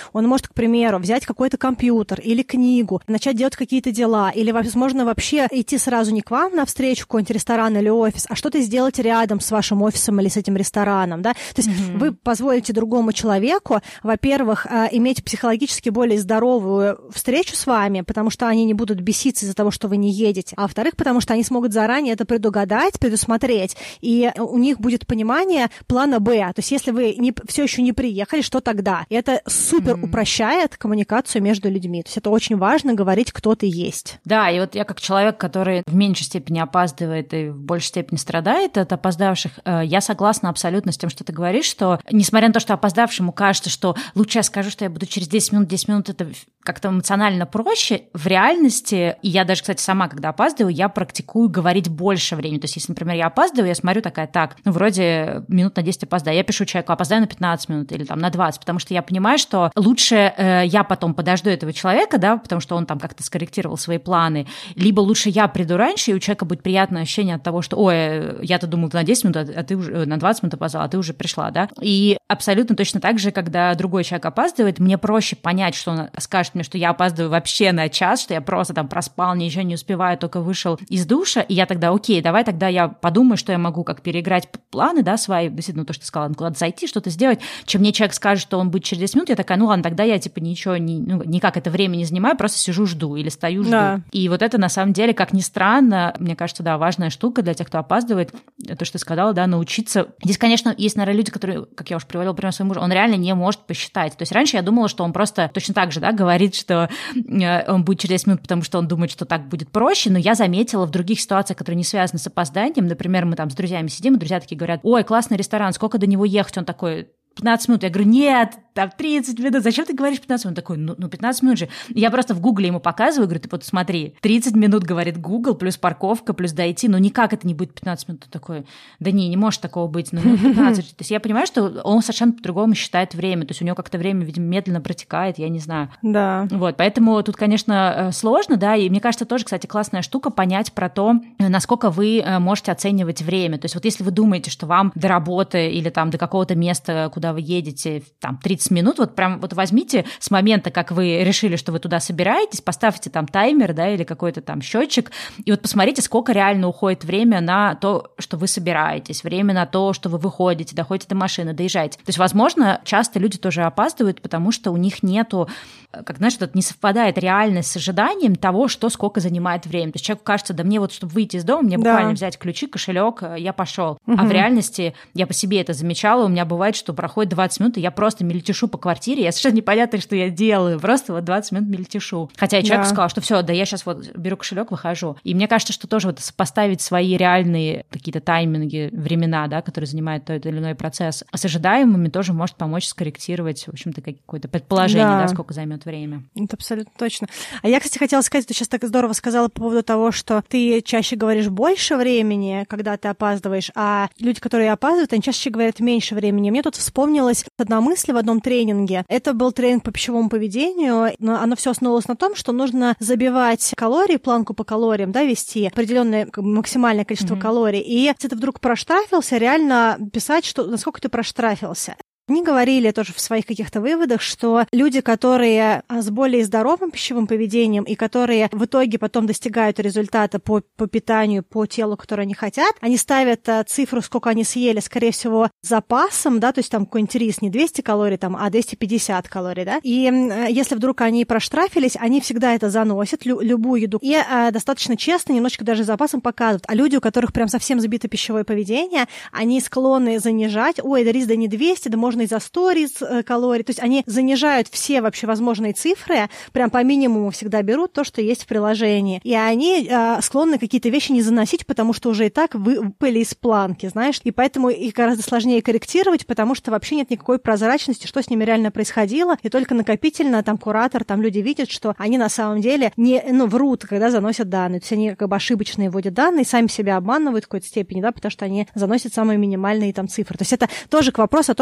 может, к примеру, взять какой-то компьютер или книгу, начать делать какие-то дела, или, возможно, вообще идти сразу не к вам навстречу в какой-нибудь ресторан или офис, а что-то сделать рядом с вашим офисом или с этим рестораном, да? То есть mm-hmm. вы позволите другому человеку, во-первых, иметь психологически более здоровую встречу с вами, потому что они не будут беситься из-за того, что вы не едете, а во-вторых, потому что они смогут заранее это предугадать, предусмотреть, и у них будет понимание плана Б. То есть если вы не, все еще не приехали, что тогда? И это супер mm-hmm. упрощает коммуникацию между людьми. То есть это очень важно говорить, кто ты есть. Да, и вот я как человек, который в меньшей степени опаздывает и в большей степени страдает от опоздавших, я согласна абсолютно с тем, что ты говоришь, что несмотря на то, что опоздавшему кажется, что лучше я скажу, что я буду через десять минут, десять минут это как-то эмоционально проще, в реальности, и я даже, кстати, сама, когда опаздываю, я практикую говорить больше времени. То есть если, например, я опаздываю, я смотрю такая, так, ну, вроде минут на десять опоздаю, я пишу человеку, опоздаю на пятнадцать минут или там на двадцать, потому что я понимаю, что лучше э, я потом подожду этого человека, да, потому что он там как-то скорректировал свои планы, либо лучше я приду раньше, и у человека будет приятное ощущение от того, что, ой, я-то думал, ты на десять минут, а ты уже на двадцать минут опоздала, а ты уже пришла, да. И абсолютно точно так же, когда другой человек опаздывает, мне проще понять, что он скажет мне, что я опаздываю вообще на час, что я просто там проспал, ничего не успеваю, только вышел из душа, и я тогда, окей, давай тогда я подумаю, что я могу как переиграть планы, да, свои, действительно, то, что ты сказала, куда-то зайти, что-то сделать. Чем мне человек скажет, что он будет через десять минут, я такая, ну ладно, тогда я типа ничего, не, ну, никак это время не занимаю, просто сижу, жду или стою, жду. Да. И вот это на самом деле, как ни странно, мне кажется, да, важная штука для тех, кто опаздывает, то, что ты сказала, да, научиться. Здесь, конечно, есть, наверное, люди, которые, как я уже приводила пример своего мужа, он реально не может посчитать. То есть раньше я думала, что он просто точно так же, да, говорит, что он будет через десять минут, потому что он думает, что так будет проще, но я заметила в других ситуациях, которые не связаны с опозданием, например, мы там с друзьями сидим, и друзья такие говорят, ой, классный ресторан, сколько до него ехать? Он такой, пятнадцать минут. Я говорю, нет, там тридцать минут. Зачем ты говоришь пятнадцать минут? Он такой, ну, ну пятнадцать минут же. Я просто в Гугле ему показываю, говорю, ты вот смотри, тридцать минут, говорит Google, плюс парковка, плюс дойти. Ну, никак это не будет пятнадцать минут. Он такой, да не, не может такого быть. Ну, ну пятнадцать. То есть я понимаю, что он совершенно по-другому считает время. То есть у него как-то время, видимо, медленно протекает, я не знаю. Да. Вот, поэтому тут, конечно, сложно, да, и мне кажется, тоже, кстати, классная штука понять про то, насколько вы можете оценивать время. То есть вот если вы думаете, что вам до работы или там до какого-то места, куда вы едете, там, тридцать минут, вот прям вот возьмите с момента, как вы решили, что вы туда собираетесь, поставьте там таймер, да, или какой-то там счетчик, и вот посмотрите, сколько реально уходит время на то, что вы собираетесь, время на то, что вы выходите, доходите до машины, доезжаете. То есть, возможно, часто люди тоже опаздывают, потому что у них нету, как, знаешь, тут не совпадает реальность с ожиданием того, что сколько занимает время. То есть человеку кажется, да мне вот, чтобы выйти из дома, мне буквально да. взять ключи, кошелек, я пошел. Угу. А в реальности я по себе это замечала, у меня бывает, что проходит двадцать минут, и я просто мельтешу по квартире, я совершенно непонятно, что я делаю, просто вот двадцать минут мельтешу. Хотя я человеку да. сказала, что все, да я сейчас вот беру кошелек, выхожу. И мне кажется, что тоже вот сопоставить свои реальные какие-то тайминги, времена, да, которые занимают тот или иной процесс, с ожидаемыми тоже может помочь скорректировать, в общем-то, какое-то предположение, да, да сколько займет время. Это абсолютно точно. А я, кстати, хотела сказать, ты сейчас так здорово сказала по поводу того, что ты чаще говоришь больше времени, когда ты опаздываешь, а люди, которые опаздывают, они чаще говорят меньше времени. Мне тут вспомнилась одна мысль в одном тренинге. Это был тренинг по пищевому поведению, но оно все основывалось на том, что нужно забивать калории, планку по калориям, да, вести определенное максимальное количество mm-hmm. калорий. И если ты вдруг проштрафился, реально писать, что насколько ты проштрафился. Они говорили тоже в своих каких-то выводах, что люди, которые с более здоровым пищевым поведением и которые в итоге потом достигают результата по, по питанию, по телу, которое они хотят, они ставят цифру, сколько они съели, скорее всего, запасом, да, то есть там какой-нибудь рис не двести калорий, там, а двести пятьдесят калорий, да, и если вдруг они проштрафились, они всегда это заносят, лю- любую еду, и а, достаточно честно, немножечко даже запасом показывают. А люди, у которых прям совсем забито пищевое поведение, они склонны занижать, ой, да рис да не двести, да можно и за сто рис калорий. То есть они занижают все вообще возможные цифры, прям по минимуму всегда берут то, что есть в приложении. И они э, склонны какие-то вещи не заносить, потому что уже и так выпали из планки, знаешь. И поэтому их гораздо сложнее корректировать, потому что вообще нет никакой прозрачности, что с ними реально происходило. И только накопительно там куратор, там люди видят, что они на самом деле не, ну, врут, когда заносят данные. То есть они как бы ошибочные вводят данные, сами себя обманывают в какой-то степени, да, потому что они заносят самые минимальные там цифры. То есть это тоже к вопросу о том, что это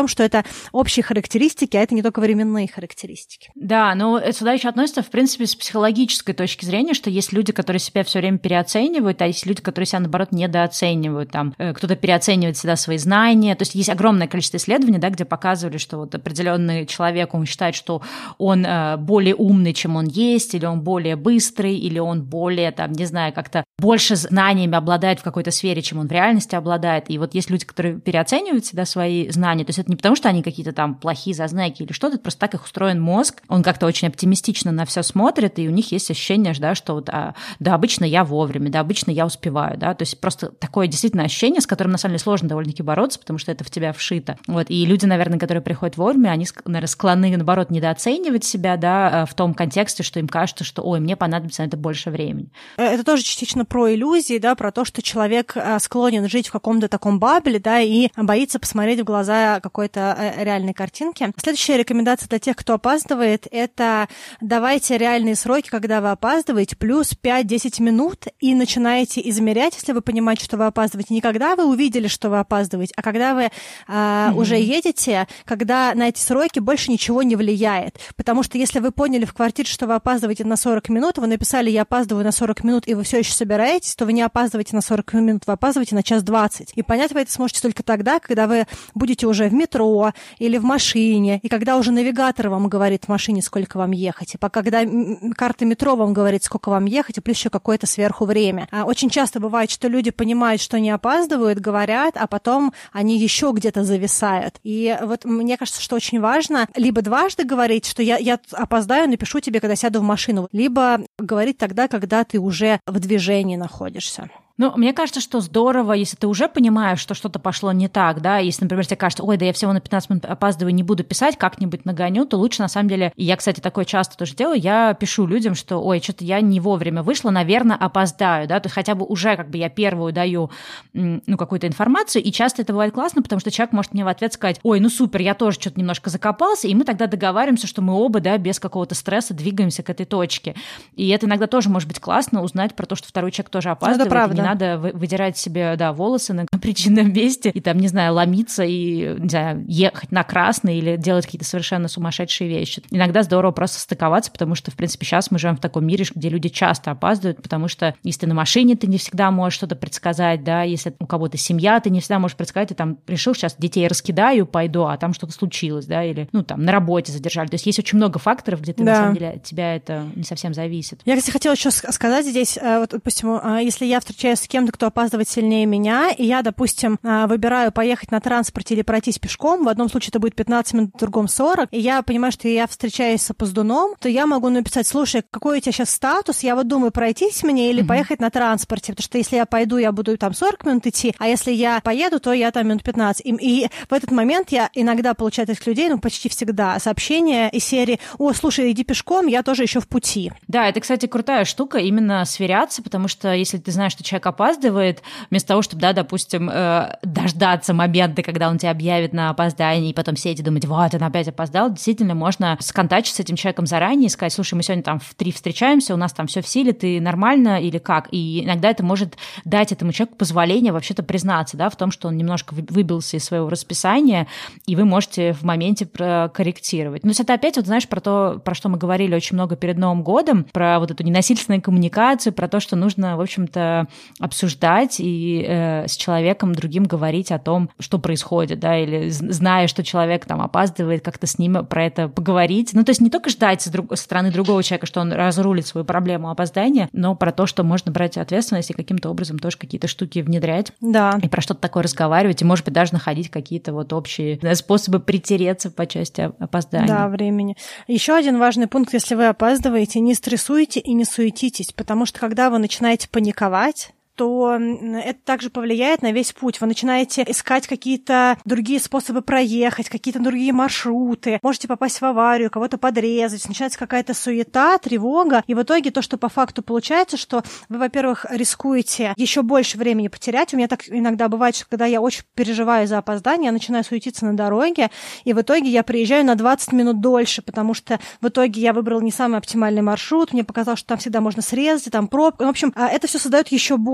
это общие характеристики, а это не только временные характеристики. Да, но сюда еще относится, в принципе, с психологической точки зрения, что есть люди, которые себя все время переоценивают, а есть люди, которые себя, наоборот, недооценивают. Там, кто-то переоценивает всегда свои знания. То есть есть огромное количество исследований, да, где показывали, что вот определенный человек, он считает, что он более умный, чем он есть, или он более быстрый, или он более, там, не знаю, как-то больше знаниями обладает в какой-то сфере, чем он в реальности обладает. И вот есть люди, которые переоценивают всегда свои знания. То есть это не потому, что они какие-то там плохие зазнайки или что-то, просто так их устроен мозг. Он как-то очень оптимистично на все смотрит, и у них есть ощущение, да, что вот, а, да, обычно я вовремя, да, обычно я успеваю, да. То есть просто такое действительно ощущение, с которым на самом деле сложно довольно-таки бороться, потому что это в тебя вшито. Вот. И люди, наверное, которые приходят вовремя, они, наверное, склонны, наоборот, недооценивать себя, да, в том контексте, что им кажется, что, ой, мне понадобится на это больше времени. Это тоже частично про иллюзии, да, про то, что человек склонен жить в каком-то таком бабле, да, и боится посмотреть в глаза какой-то реальной картинки. Следующая рекомендация для тех, кто опаздывает, это давайте реальные сроки, когда вы опаздываете, плюс пять-десять минут, и начинаете измерять, если вы понимаете, что вы опаздываете. Не когда вы увидели, что вы опаздываете, а когда вы а, mm-hmm. уже едете, когда на эти сроки больше ничего не влияет. Потому что если вы поняли в квартире, что вы опаздываете на сорок минут, вы написали «я опаздываю на сорок минут», и вы все еще собираетесь, то вы не опаздываете на сорок минут, вы опаздываете на час двадцать. И понять вы это сможете только тогда, когда вы будете уже в метро или в машине, и когда уже навигатор вам говорит в машине, сколько вам ехать, и когда карта метро вам говорит, сколько вам ехать, и плюс еще какое-то сверху время. А очень часто бывает, что люди понимают, что они опаздывают, говорят, а потом они еще где-то зависают. И вот мне кажется, что очень важно либо дважды говорить, что я, я опоздаю, напишу тебе, когда сяду в машину, либо говорить тогда, когда ты уже в движении находишься. Ну, мне кажется, что здорово, если ты уже понимаешь, что что-то пошло не так, да, если, например, тебе кажется, ой, да я всего на пятнадцать минут опаздываю, не буду писать, как-нибудь нагоню, то лучше, на самом деле, и я, кстати, такое часто тоже делаю, я пишу людям, что, ой, что-то я не вовремя вышла, наверное, опоздаю, да, то есть хотя бы уже как бы я первую даю, ну, какую-то информацию, и часто это бывает классно, потому что человек может мне в ответ сказать, ой, ну супер, я тоже что-то немножко закопался, и мы тогда договариваемся, что мы оба, да, без какого-то стресса двигаемся к этой точке. И это иногда тоже может быть классно, узнать про то, что второй человек тоже опаздывает, и не надо выдирать себе, да, волосы на причинном месте и там, не знаю, ломиться и, не знаю, ехать на красный или делать какие-то совершенно сумасшедшие вещи. Иногда здорово просто стыковаться, потому что, в принципе, сейчас мы живем в таком мире, где люди часто опаздывают, потому что если ты на машине, ты не всегда можешь что-то предсказать, да, если у кого-то семья, ты не всегда можешь предсказать, ты там решил, сейчас детей раскидаю, пойду, а там что-то случилось, да, или, ну, там, на работе задержали. То есть есть очень много факторов, где ты, да, на самом деле, от тебя это не совсем зависит. Я, кстати, хотела еще сказать здесь, вот, допустим, если я встречаюсь с кем-то, кто опаздывает сильнее меня, и я, допустим, выбираю поехать на транспорте или пройтись пешком, в одном случае это будет пятнадцать минут, в другом сорок, и я понимаю, что я встречаюсь с опоздуном, то я могу написать, слушай, какой у тебя сейчас статус, я вот думаю, пройтись мне или mm-hmm. поехать на транспорте, потому что если я пойду, я буду там сорок минут идти, а если я поеду, то я там минут пятнадцать. И, и в этот момент я иногда получаю от этих людей, ну, почти всегда, сообщения из серии, о, слушай, иди пешком, я тоже еще в пути. Да, это, кстати, крутая штука, именно сверяться, потому что если ты знаешь, что человек опаздывает, вместо того, чтобы, да, допустим, э, дождаться момента, когда он тебя объявит на опоздание, и потом сидеть и думать, вот, он опять опоздал, действительно можно сконтачить с этим человеком заранее и сказать, слушай, мы сегодня там в три встречаемся, у нас там все в силе, ты нормально или как? И иногда это может дать этому человеку позволение вообще-то признаться, да, в том, что он немножко выбился из своего расписания, и вы можете в моменте корректировать. Но это опять, вот знаешь, про то, про что мы говорили очень много перед Новым годом, про вот эту ненасильственную коммуникацию, про то, что нужно, в общем-то, обсуждать и э, с человеком другим говорить о том, что происходит, да, или зная, что человек там опаздывает, как-то с ним про это поговорить. Ну, то есть не только ждать с, друг, со стороны другого человека, что он разрулит свою проблему опоздания, но про то, что можно брать ответственность и каким-то образом тоже какие-то штуки внедрять. Да. И про что-то такое разговаривать, и, может быть, даже находить какие-то вот общие способы притереться по части опоздания. Да, времени. Еще один важный пункт, если вы опаздываете, не стрессуйте и не суетитесь, потому что когда вы начинаете паниковать, то это также повлияет на весь путь. Вы начинаете искать какие-то другие способы проехать, какие-то другие маршруты, можете попасть в аварию, кого-то подрезать, начинается какая-то суета, тревога, и в итоге то, что по факту получается, что вы, во-первых, рискуете еще больше времени потерять. У меня так иногда бывает, что когда я очень переживаю за опоздание, я начинаю суетиться на дороге, и в итоге я приезжаю на двадцать минут дольше, потому что в итоге я выбрал не самый оптимальный маршрут, мне показалось, что там всегда можно срезать, там пробка. В общем, это все создает еще больше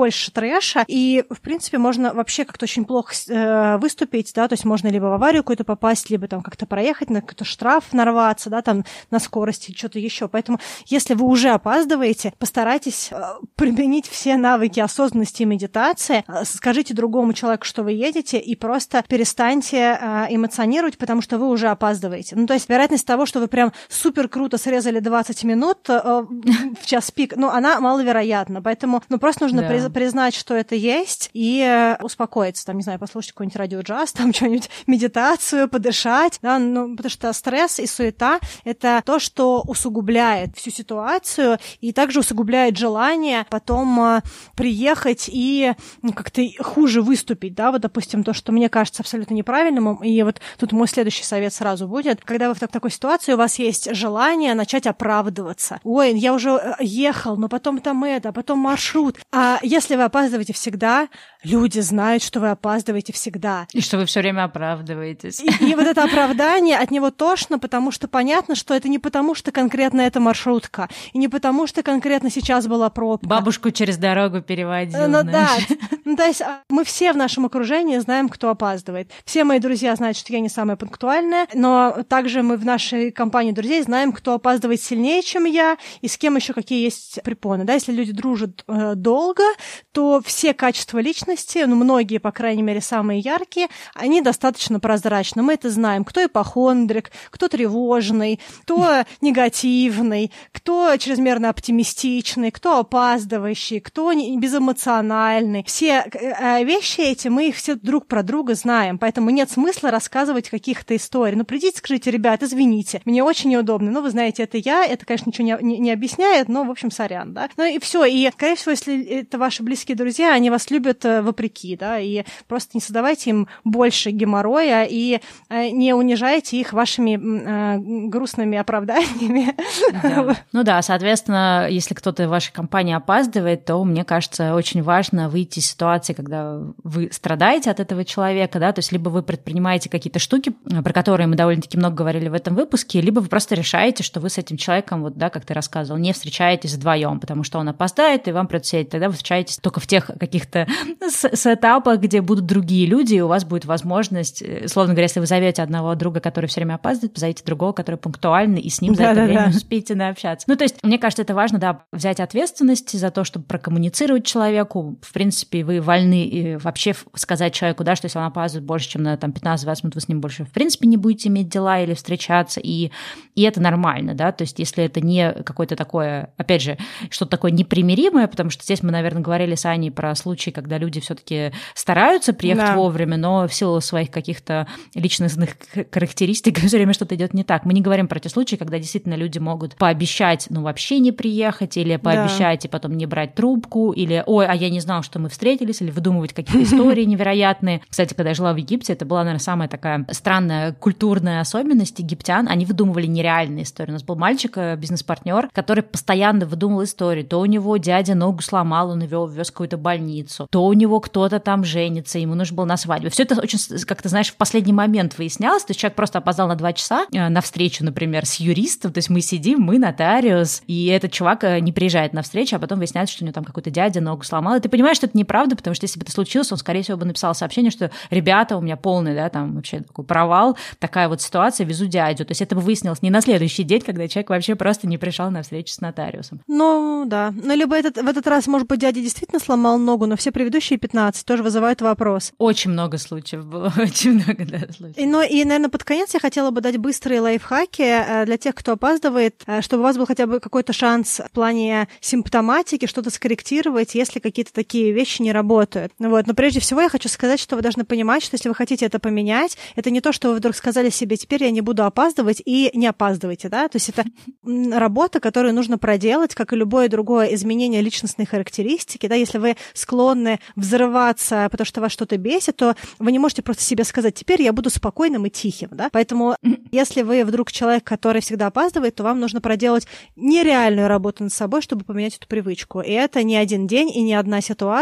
больше трэша, и, в принципе, можно вообще как-то очень плохо э, выступить, да, то есть можно либо в аварию какую-то попасть, либо там как-то проехать, на какой-то штраф нарваться, да, там на скорости, что-то еще. Поэтому, если вы уже опаздываете, постарайтесь э, применить все навыки осознанности и медитации, э, скажите другому человеку, что вы едете, и просто перестаньте э, эмоционировать, потому что вы уже опаздываете. Ну, то есть вероятность того, что вы прям супер круто срезали двадцать минут э, в час пик, ну, она маловероятна. Поэтому, ну, просто нужно да. приз- признать, что это есть, и э, успокоиться. Там, не знаю, послушать какой-нибудь радиоджаз, там что-нибудь, медитацию, подышать, да, ну, потому что стресс и суета — это то, что усугубляет всю ситуацию и также усугубляет желание потом э, приехать и ну, как-то хуже выступить, да, вот, допустим, то, что мне кажется абсолютно неправильным, и вот тут мой следующий совет сразу будет, когда вы в такой ситуации, у вас есть желание начать оправдываться. Ой, я уже ехал, но потом там это, потом маршрут. А если вы опаздываете всегда, люди знают, что вы опаздываете всегда. И что вы все время оправдываетесь. И, и вот это оправдание, от него тошно, потому что понятно, что это не потому, что конкретно эта маршрутка, и не потому, что конкретно сейчас была пробка. Бабушку через дорогу переводил. Ну да. Ну, то есть мы все в нашем окружении знаем, кто опаздывает. Все мои друзья знают, что я не самая пунктуальная, но также мы в нашей компании друзей знаем, кто опаздывает сильнее, чем я, и с кем еще какие есть препоны. Да, если люди дружат э, долго, то все качества личности, ну, многие, по крайней мере, самые яркие, они достаточно прозрачны. Мы это знаем. Кто ипохондрик, кто тревожный, кто негативный, кто чрезмерно оптимистичный, кто опаздывающий, кто безэмоциональный. Все вещи эти, мы их все друг про друга знаем, поэтому нет смысла рассказывать каких-то историй. Ну, придите, скажите, ребят, извините, мне очень неудобно. Ну, вы знаете, это я, это, конечно, ничего не, не, не объясняет, но, в общем, сорян, да. Ну, и все. И, скорее всего, если это ваши близкие друзья, они вас любят вопреки, да, и просто не создавайте им больше геморроя и не унижайте их вашими э, грустными оправданиями. Да. Ну да, соответственно, если кто-то в вашей компании опаздывает, то, мне кажется, очень важно выйти из ситуации, когда вы страдаете от этого человека, да, то есть либо вы предпринимаете какие-то штуки, про которые мы довольно-таки много говорили в этом выпуске, либо вы просто решаете, что вы с этим человеком, вот, да, как ты рассказывал, не встречаетесь вдвоем, потому что он опоздает, и вам придется сидеть. Тогда вы встречаетесь только в тех каких-то сетапах, где будут другие люди, и у вас будет возможность, условно говоря, если вы зовете одного друга, который все время опаздывает, позовите другого, который пунктуальный, и с ним за да, это да, время да. успеете наобщаться. Ну, то есть, мне кажется, это важно, да, взять ответственность за то, чтобы прокоммуницировать человеку. В принципе, вы вольны и вообще сказать человеку, да, что если он опаздывает больше, чем на там, пятнадцать-двадцать минут, вы с ним больше, в принципе, не будете иметь дела или встречаться, и, и это нормально, да, то есть, если это не какое-то такое, опять же, что-то такое непримиримое, потому что здесь мы, наверное, говорили с Аней про случаи, когда люди все-таки стараются приехать да. вовремя, но в силу своих каких-то личностных характеристик все время что-то идет не так. Мы не говорим про те случаи, когда действительно люди могут пообещать, ну, вообще не приехать, или пообещать да. и потом не брать трубку, или ой, а я не знал, что мы встретились, или выдумывать какие-то истории невероятные. Кстати, когда я жила в Египте, это была, наверное, самая такая странная культурная особенность египтян. Они выдумывали нереальные истории. У нас был мальчик, бизнес-партнер, который постоянно выдумывал истории. То у него дядя ногу сломал, он его вез в какую-то больницу, то у него кто-то там женится, ему нужно было на свадьбе. Все это очень, как ты знаешь, в последний момент выяснялось. То есть человек просто опоздал на два часа на встречу, например, с юристом. То есть мы сидим, мы нотариус, и этот чувак не приезжает на встречу, а потом выясняется, что у него там какой-то дядя ногу сломал. И ты понимаешь, что это неправда, потому что если бы это случилось, он, скорее всего, бы написал сообщение, что ребята, у меня полный, да, там вообще такой провал, такая вот ситуация, везу дядю. То есть это бы выяснилось не на следующий день, когда человек вообще просто не пришел на встречу с нотариусом. Ну, да. Ну, либо этот, в этот раз, может быть, дядя действительно сломал ногу, но все предыдущие пятнадцать тоже вызывают вопрос. Очень много случаев было, очень много, да, случаев. И, ну, и, наверное, под конец я хотела бы дать быстрые лайфхаки для тех, кто опаздывает, чтобы у вас был хотя бы какой-то шанс в плане симптоматики что-то скорректировать, если какие-то такие вещи не работают. Вот. Но прежде всего я хочу сказать, что вы должны понимать, что если вы хотите это поменять, это не то, что вы вдруг сказали себе, теперь я не буду опаздывать, и не опаздывайте, да, то есть это работа, которую нужно проделать, как и любое другое изменение личностной характеристики, да, если вы склонны взрываться, потому что вас что-то бесит, то вы не можете просто себе сказать, теперь я буду спокойным и тихим, да, поэтому если вы вдруг человек, который всегда опаздывает, то вам нужно проделать нереальную работу над собой, чтобы поменять эту привычку, и это не один день и не одна ситуация, и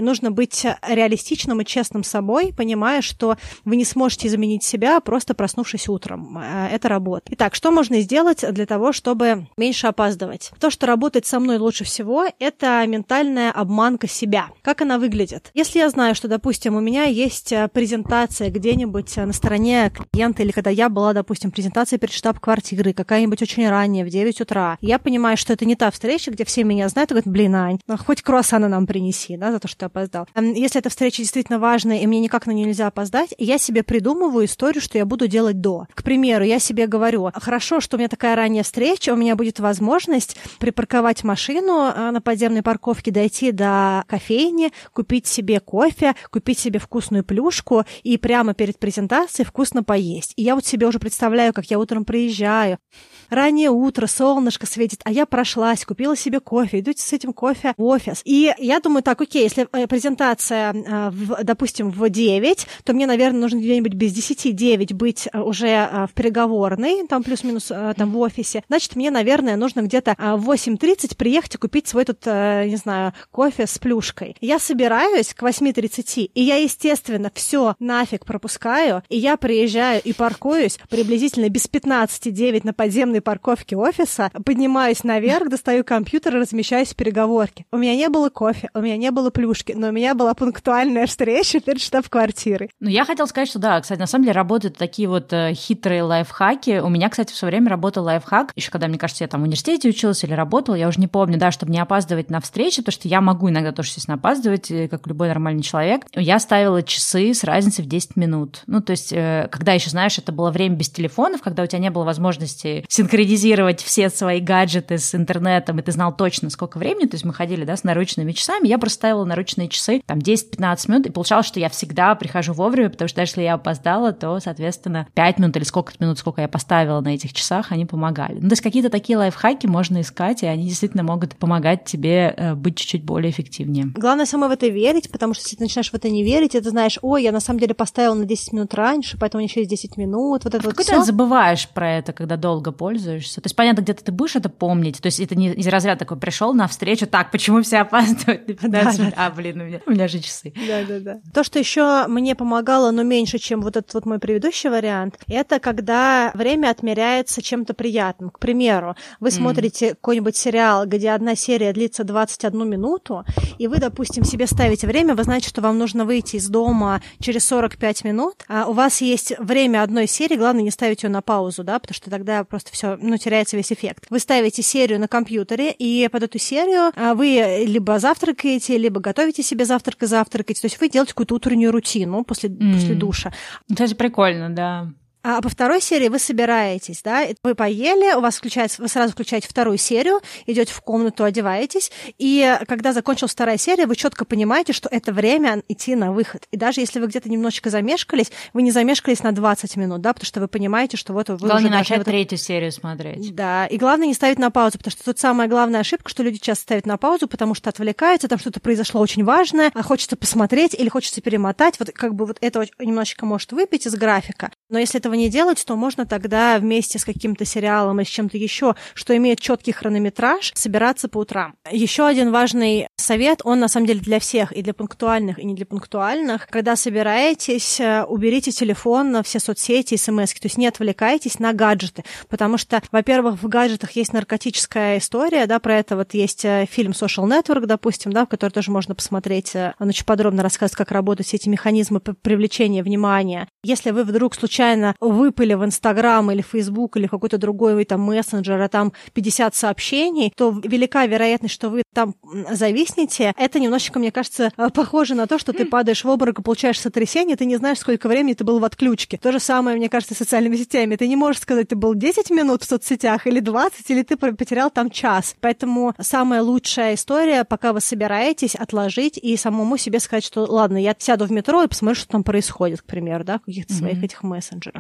нужно быть реалистичным и честным с собой, понимая, что вы не сможете заменить себя, просто проснувшись утром. Это работа. Итак, что можно сделать для того, чтобы меньше опаздывать? То, что работает со мной лучше всего, это ментальная обманка себя. Как она выглядит? Если я знаю, что, допустим, у меня есть презентация где-нибудь на стороне клиента, или когда я была, допустим, презентация перед штаб-квартирой, какая-нибудь очень ранняя, в девять утра, я понимаю, что это не та встреча, где все меня знают и говорят: блин, Ань, ну, хоть круассаны нам принеси, да, за то, что ты опоздал. Если эта встреча действительно важная, и мне никак на нее нельзя опоздать, я себе придумываю историю, что я буду делать до. К примеру, я себе говорю: хорошо, что у меня такая ранняя встреча, у меня будет возможность припарковать машину на подземной парковке, дойти до кофейни, купить себе кофе, купить себе вкусную плюшку и прямо перед презентацией вкусно поесть. И я вот себе уже представляю, как я утром приезжаю, раннее утро, солнышко светит, а я прошлась, купила себе кофе, иду с этим кофе в офис. И я думаю: так, окей, если презентация, в, допустим, в девять, то мне, наверное, нужно где-нибудь без десяти девять быть уже в переговорной, там плюс-минус там в офисе. Значит, мне, наверное, нужно где-то в восемь тридцать приехать и купить свой тут, не знаю, кофе с плюшкой. Я собираюсь к восьми тридцати, и я, естественно, все нафиг пропускаю, и я приезжаю и паркуюсь приблизительно без пятнадцати девять на подземной парковке офиса, поднимаюсь наверх, достаю компьютер и размещаюсь в переговорке. У меня не было кофе, у меня не было плюшки, но у меня была пунктуальная встреча перед штаб-квартирой. Ну, я хотела сказать, что да, кстати, на самом деле работают такие вот э, хитрые лайфхаки. У меня, кстати, в свое время работал лайфхак, еще когда, мне кажется, я там в университете училась или работала, я уже не помню, да, чтобы не опаздывать на встречи, потому что я могу иногда тоже, естественно, опаздывать, как любой нормальный человек. Я ставила часы с разницей в десять минут. Ну, то есть, э, когда еще, знаешь, это было время без телефонов, когда у тебя не было возможности синхронизировать все свои гаджеты с интернетом, и ты знал точно, сколько времени, то есть мы ходили, да, с наручными часами, я просто ставила наручные часы, там, десять-пятнадцать минут, и получалось, что я всегда прихожу вовремя, потому что даже если я опоздала, то, соответственно, пять минут или сколько минут, сколько я поставила на этих часах, они помогали. Ну, то есть какие-то такие лайфхаки можно искать, и они действительно могут помогать тебе э, быть чуть-чуть более эффективнее. Главное самой в это верить, потому что если ты начинаешь в это не верить, и ты знаешь: ой, я на самом деле поставила на десять минут раньше, поэтому еще есть десять минут, вот это а вот всё. Ты забываешь про это, когда долго пользуешься. То есть, понятно, где-то ты будешь это помнить, то есть это не из разряда такой: пришел на встречу, так, почему все опаздывают? Да, да. А, блин, у меня, у меня же часы. Да-да-да. То, что еще мне помогало, но меньше, чем вот этот вот мой предыдущий вариант, это когда время отмеряется чем-то приятным. К примеру, вы mm. смотрите какой-нибудь сериал, где одна серия длится двадцать одну минуту, и вы, допустим, себе ставите время, вы знаете, что вам нужно выйти из дома через сорок пять минут, а у вас есть время одной серии, главное не ставить ее на паузу, да, потому что тогда просто все, ну, теряется весь эффект. Вы ставите серию на компьютере, и под эту серию вы либо завтракаете, либо готовите себе завтрак и завтракаете, то есть вы делаете какую-то утреннюю рутину после, mm. после душа. Это прикольно, да. А по второй серии вы собираетесь, да, вы поели, у вас включается, вы сразу включаете вторую серию, идете в комнату, одеваетесь, и когда закончилась вторая серия, вы четко понимаете, что это время идти на выход. И даже если вы где-то немножечко замешкались, вы не замешкались на двадцать минут, да, потому что вы понимаете, что вот вы главное уже... начать вот... третью серию смотреть. Да, и главное не ставить на паузу, потому что тут самая главная ошибка, что люди часто ставят на паузу, потому что отвлекаются, там что-то произошло очень важное, а хочется посмотреть или хочется перемотать, вот как бы вот это немножечко может выбить из графика. Но если этого не делать, то можно тогда вместе с каким-то сериалом или с чем-то еще, что имеет четкий хронометраж, собираться по утрам. Еще один важный совет, он на самом деле для всех, и для пунктуальных, и не для пунктуальных. Когда собираетесь, уберите телефон, все соцсети, смс-ки, то есть не отвлекайтесь на гаджеты, потому что, во-первых, в гаджетах есть наркотическая история, да, про это вот есть фильм Social Network, допустим, да, в который тоже можно посмотреть, он очень подробно рассказывает, как работают все эти механизмы привлечения внимания. Если вы вдруг случайно выпали в Инстаграм или Фейсбук или какой-то другой там мессенджер, а там пятьдесят сообщений, то велика вероятность, что вы там зависнете. Это немножечко, мне кажется, похоже на то, что ты падаешь в обморок и получаешь сотрясение, ты не знаешь, сколько времени ты был в отключке. То же самое, мне кажется, с социальными сетями. Ты не можешь сказать, ты был десять минут в соцсетях или двадцать, или ты потерял там час. Поэтому самая лучшая история, пока вы собираетесь, отложить и самому себе сказать, что ладно, я сяду в метро и посмотрю, что там происходит, к примеру, да, в каких-то mm-hmm. своих этих мессенджерах.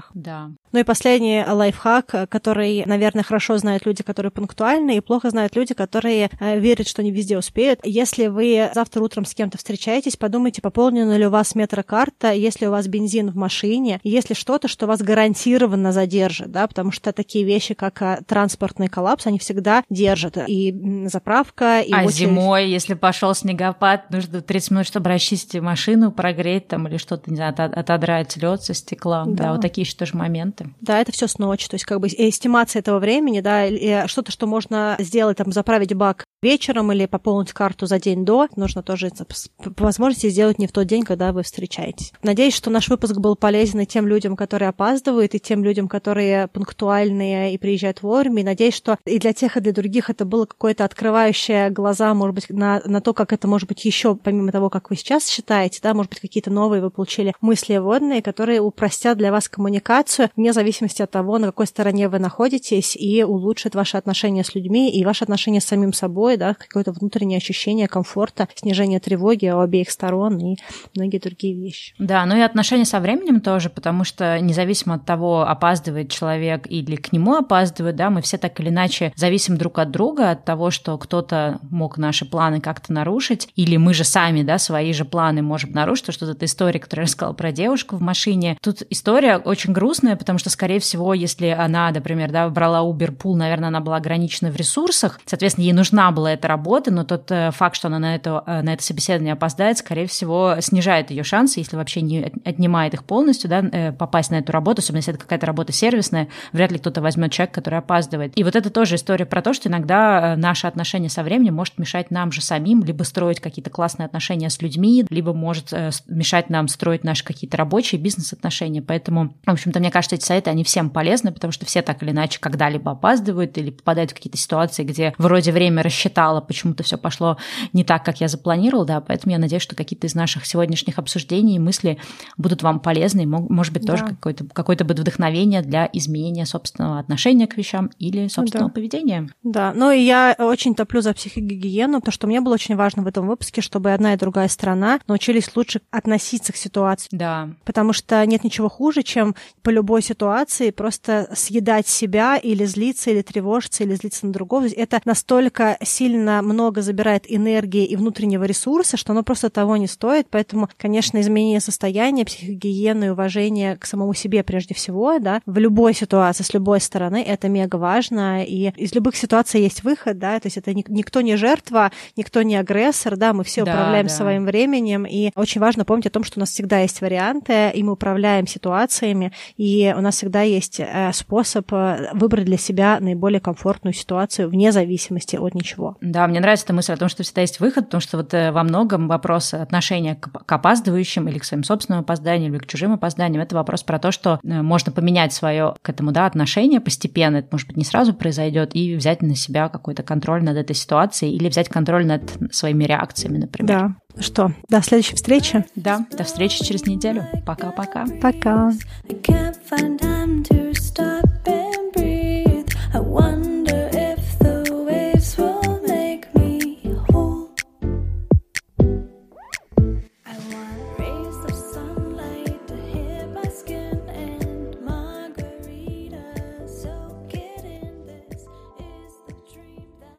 всех. Да. Ну и последний лайфхак, который, наверное, хорошо знают люди, которые пунктуальны, и плохо знают люди, которые э, верят, что они везде успеют. Если вы завтра утром с кем-то встречаетесь, подумайте, пополнена ли у вас метрокарта, есть ли у вас бензин в машине, есть ли что-то, что вас гарантированно задержит, да, потому что такие вещи, как э, транспортный коллапс, они всегда держат. И заправка, и А очередь... зимой, если пошел снегопад, нужно тридцать минут, чтобы расчистить машину, прогреть там или что-то, не знаю, отодрать лед со стекла. Да. да, вот такие еще тоже моменты. Да, это все с ночи, то есть как бы эстимация этого времени, да, и что-то, что можно сделать, там, заправить бак вечером или пополнить карту за день до, нужно тоже по возможности сделать не в тот день, когда вы встречаетесь. Надеюсь, что наш выпуск был полезен и тем людям, которые опаздывают, и тем людям, которые пунктуальные и приезжают вовремя, и надеюсь, что и для тех, и для других это было какое-то открывающее глаза, может быть, на, на то, как это может быть еще, помимо того, как вы сейчас считаете, да, может быть, какие-то новые вы получили мысли вводные, которые упростят для вас коммуникацию, вне зависимости от того, на какой стороне вы находитесь, и улучшит ваши отношения с людьми и ваши отношения с самим собой, да, какое-то внутреннее ощущение комфорта, снижение тревоги у обеих сторон и многие другие вещи. Да, ну и отношения со временем тоже, потому что независимо от того, опаздывает человек или к нему опаздывает, да, мы все так или иначе зависим друг от друга, от того, что кто-то мог наши планы как-то нарушить, или мы же сами, да, свои же планы можем нарушить, то, что вот эта история, которую я рассказала про девушку в машине, тут история очень грустная, потому что, скорее всего, если она, например, да, брала Uber Pool, наверное, она была ограничена в ресурсах, соответственно, ей нужна была эта работа, но тот факт, что она на это, на это собеседование опоздает, скорее всего, снижает ее шансы, если вообще не отнимает их полностью, да, попасть на эту работу, особенно если это какая-то работа сервисная, вряд ли кто-то возьмет человека, который опаздывает. И вот это тоже история про то, что иногда наше отношение со временем может мешать нам же самим либо строить какие-то классные отношения с людьми, либо может мешать нам строить наши какие-то рабочие бизнес-отношения. Поэтому, в общем-то, мне кажется, эти советы, они всем полезны, потому что все так или иначе когда-либо опаздывают или попадают в какие-то ситуации, где вроде время рассчитала, почему-то все пошло не так, как я запланировала, да, поэтому я надеюсь, что какие-то из наших сегодняшних обсуждений и мысли будут вам полезны, и, может быть, тоже да. какое-то, какое-то будет вдохновение для изменения собственного отношения к вещам или собственного да. поведения. Да, ну и я очень топлю за психогигиену, потому что мне было очень важно в этом выпуске, чтобы одна и другая сторона научились лучше относиться к ситуации. Да. Потому что нет ничего хуже, чем по любой ситуации просто съедать себя или злиться, или тревожиться, или злиться на другого. Это настолько сильно много забирает энергии и внутреннего ресурса, что оно просто того не стоит. Поэтому, конечно, изменение состояния, психогигиена и уважение к самому себе прежде всего, да, в любой ситуации, с любой стороны, это мега важно. И из любых ситуаций есть выход, да, то есть это никто не жертва, никто не агрессор, да, мы все да, управляем да. своим временем. И очень важно помнить о том, что у нас всегда есть варианты, и мы управляем ситуациями, и у нас всегда есть способ выбрать для себя наиболее комфортную ситуацию вне зависимости от ничего. Да, мне нравится эта мысль о том, что всегда есть выход, потому что вот во многом вопрос отношения к, к опаздывающим или к своим собственным опозданиям, или к чужим опозданиям, это вопрос про то, что можно поменять свое к этому, да, отношение постепенно, это, может быть, не сразу произойдет, и взять на себя какой-то контроль над этой ситуацией или взять контроль над своими реакциями, например. Да. Ну что, до следующей встречи. Да, до встречи через неделю. Пока-пока. Пока.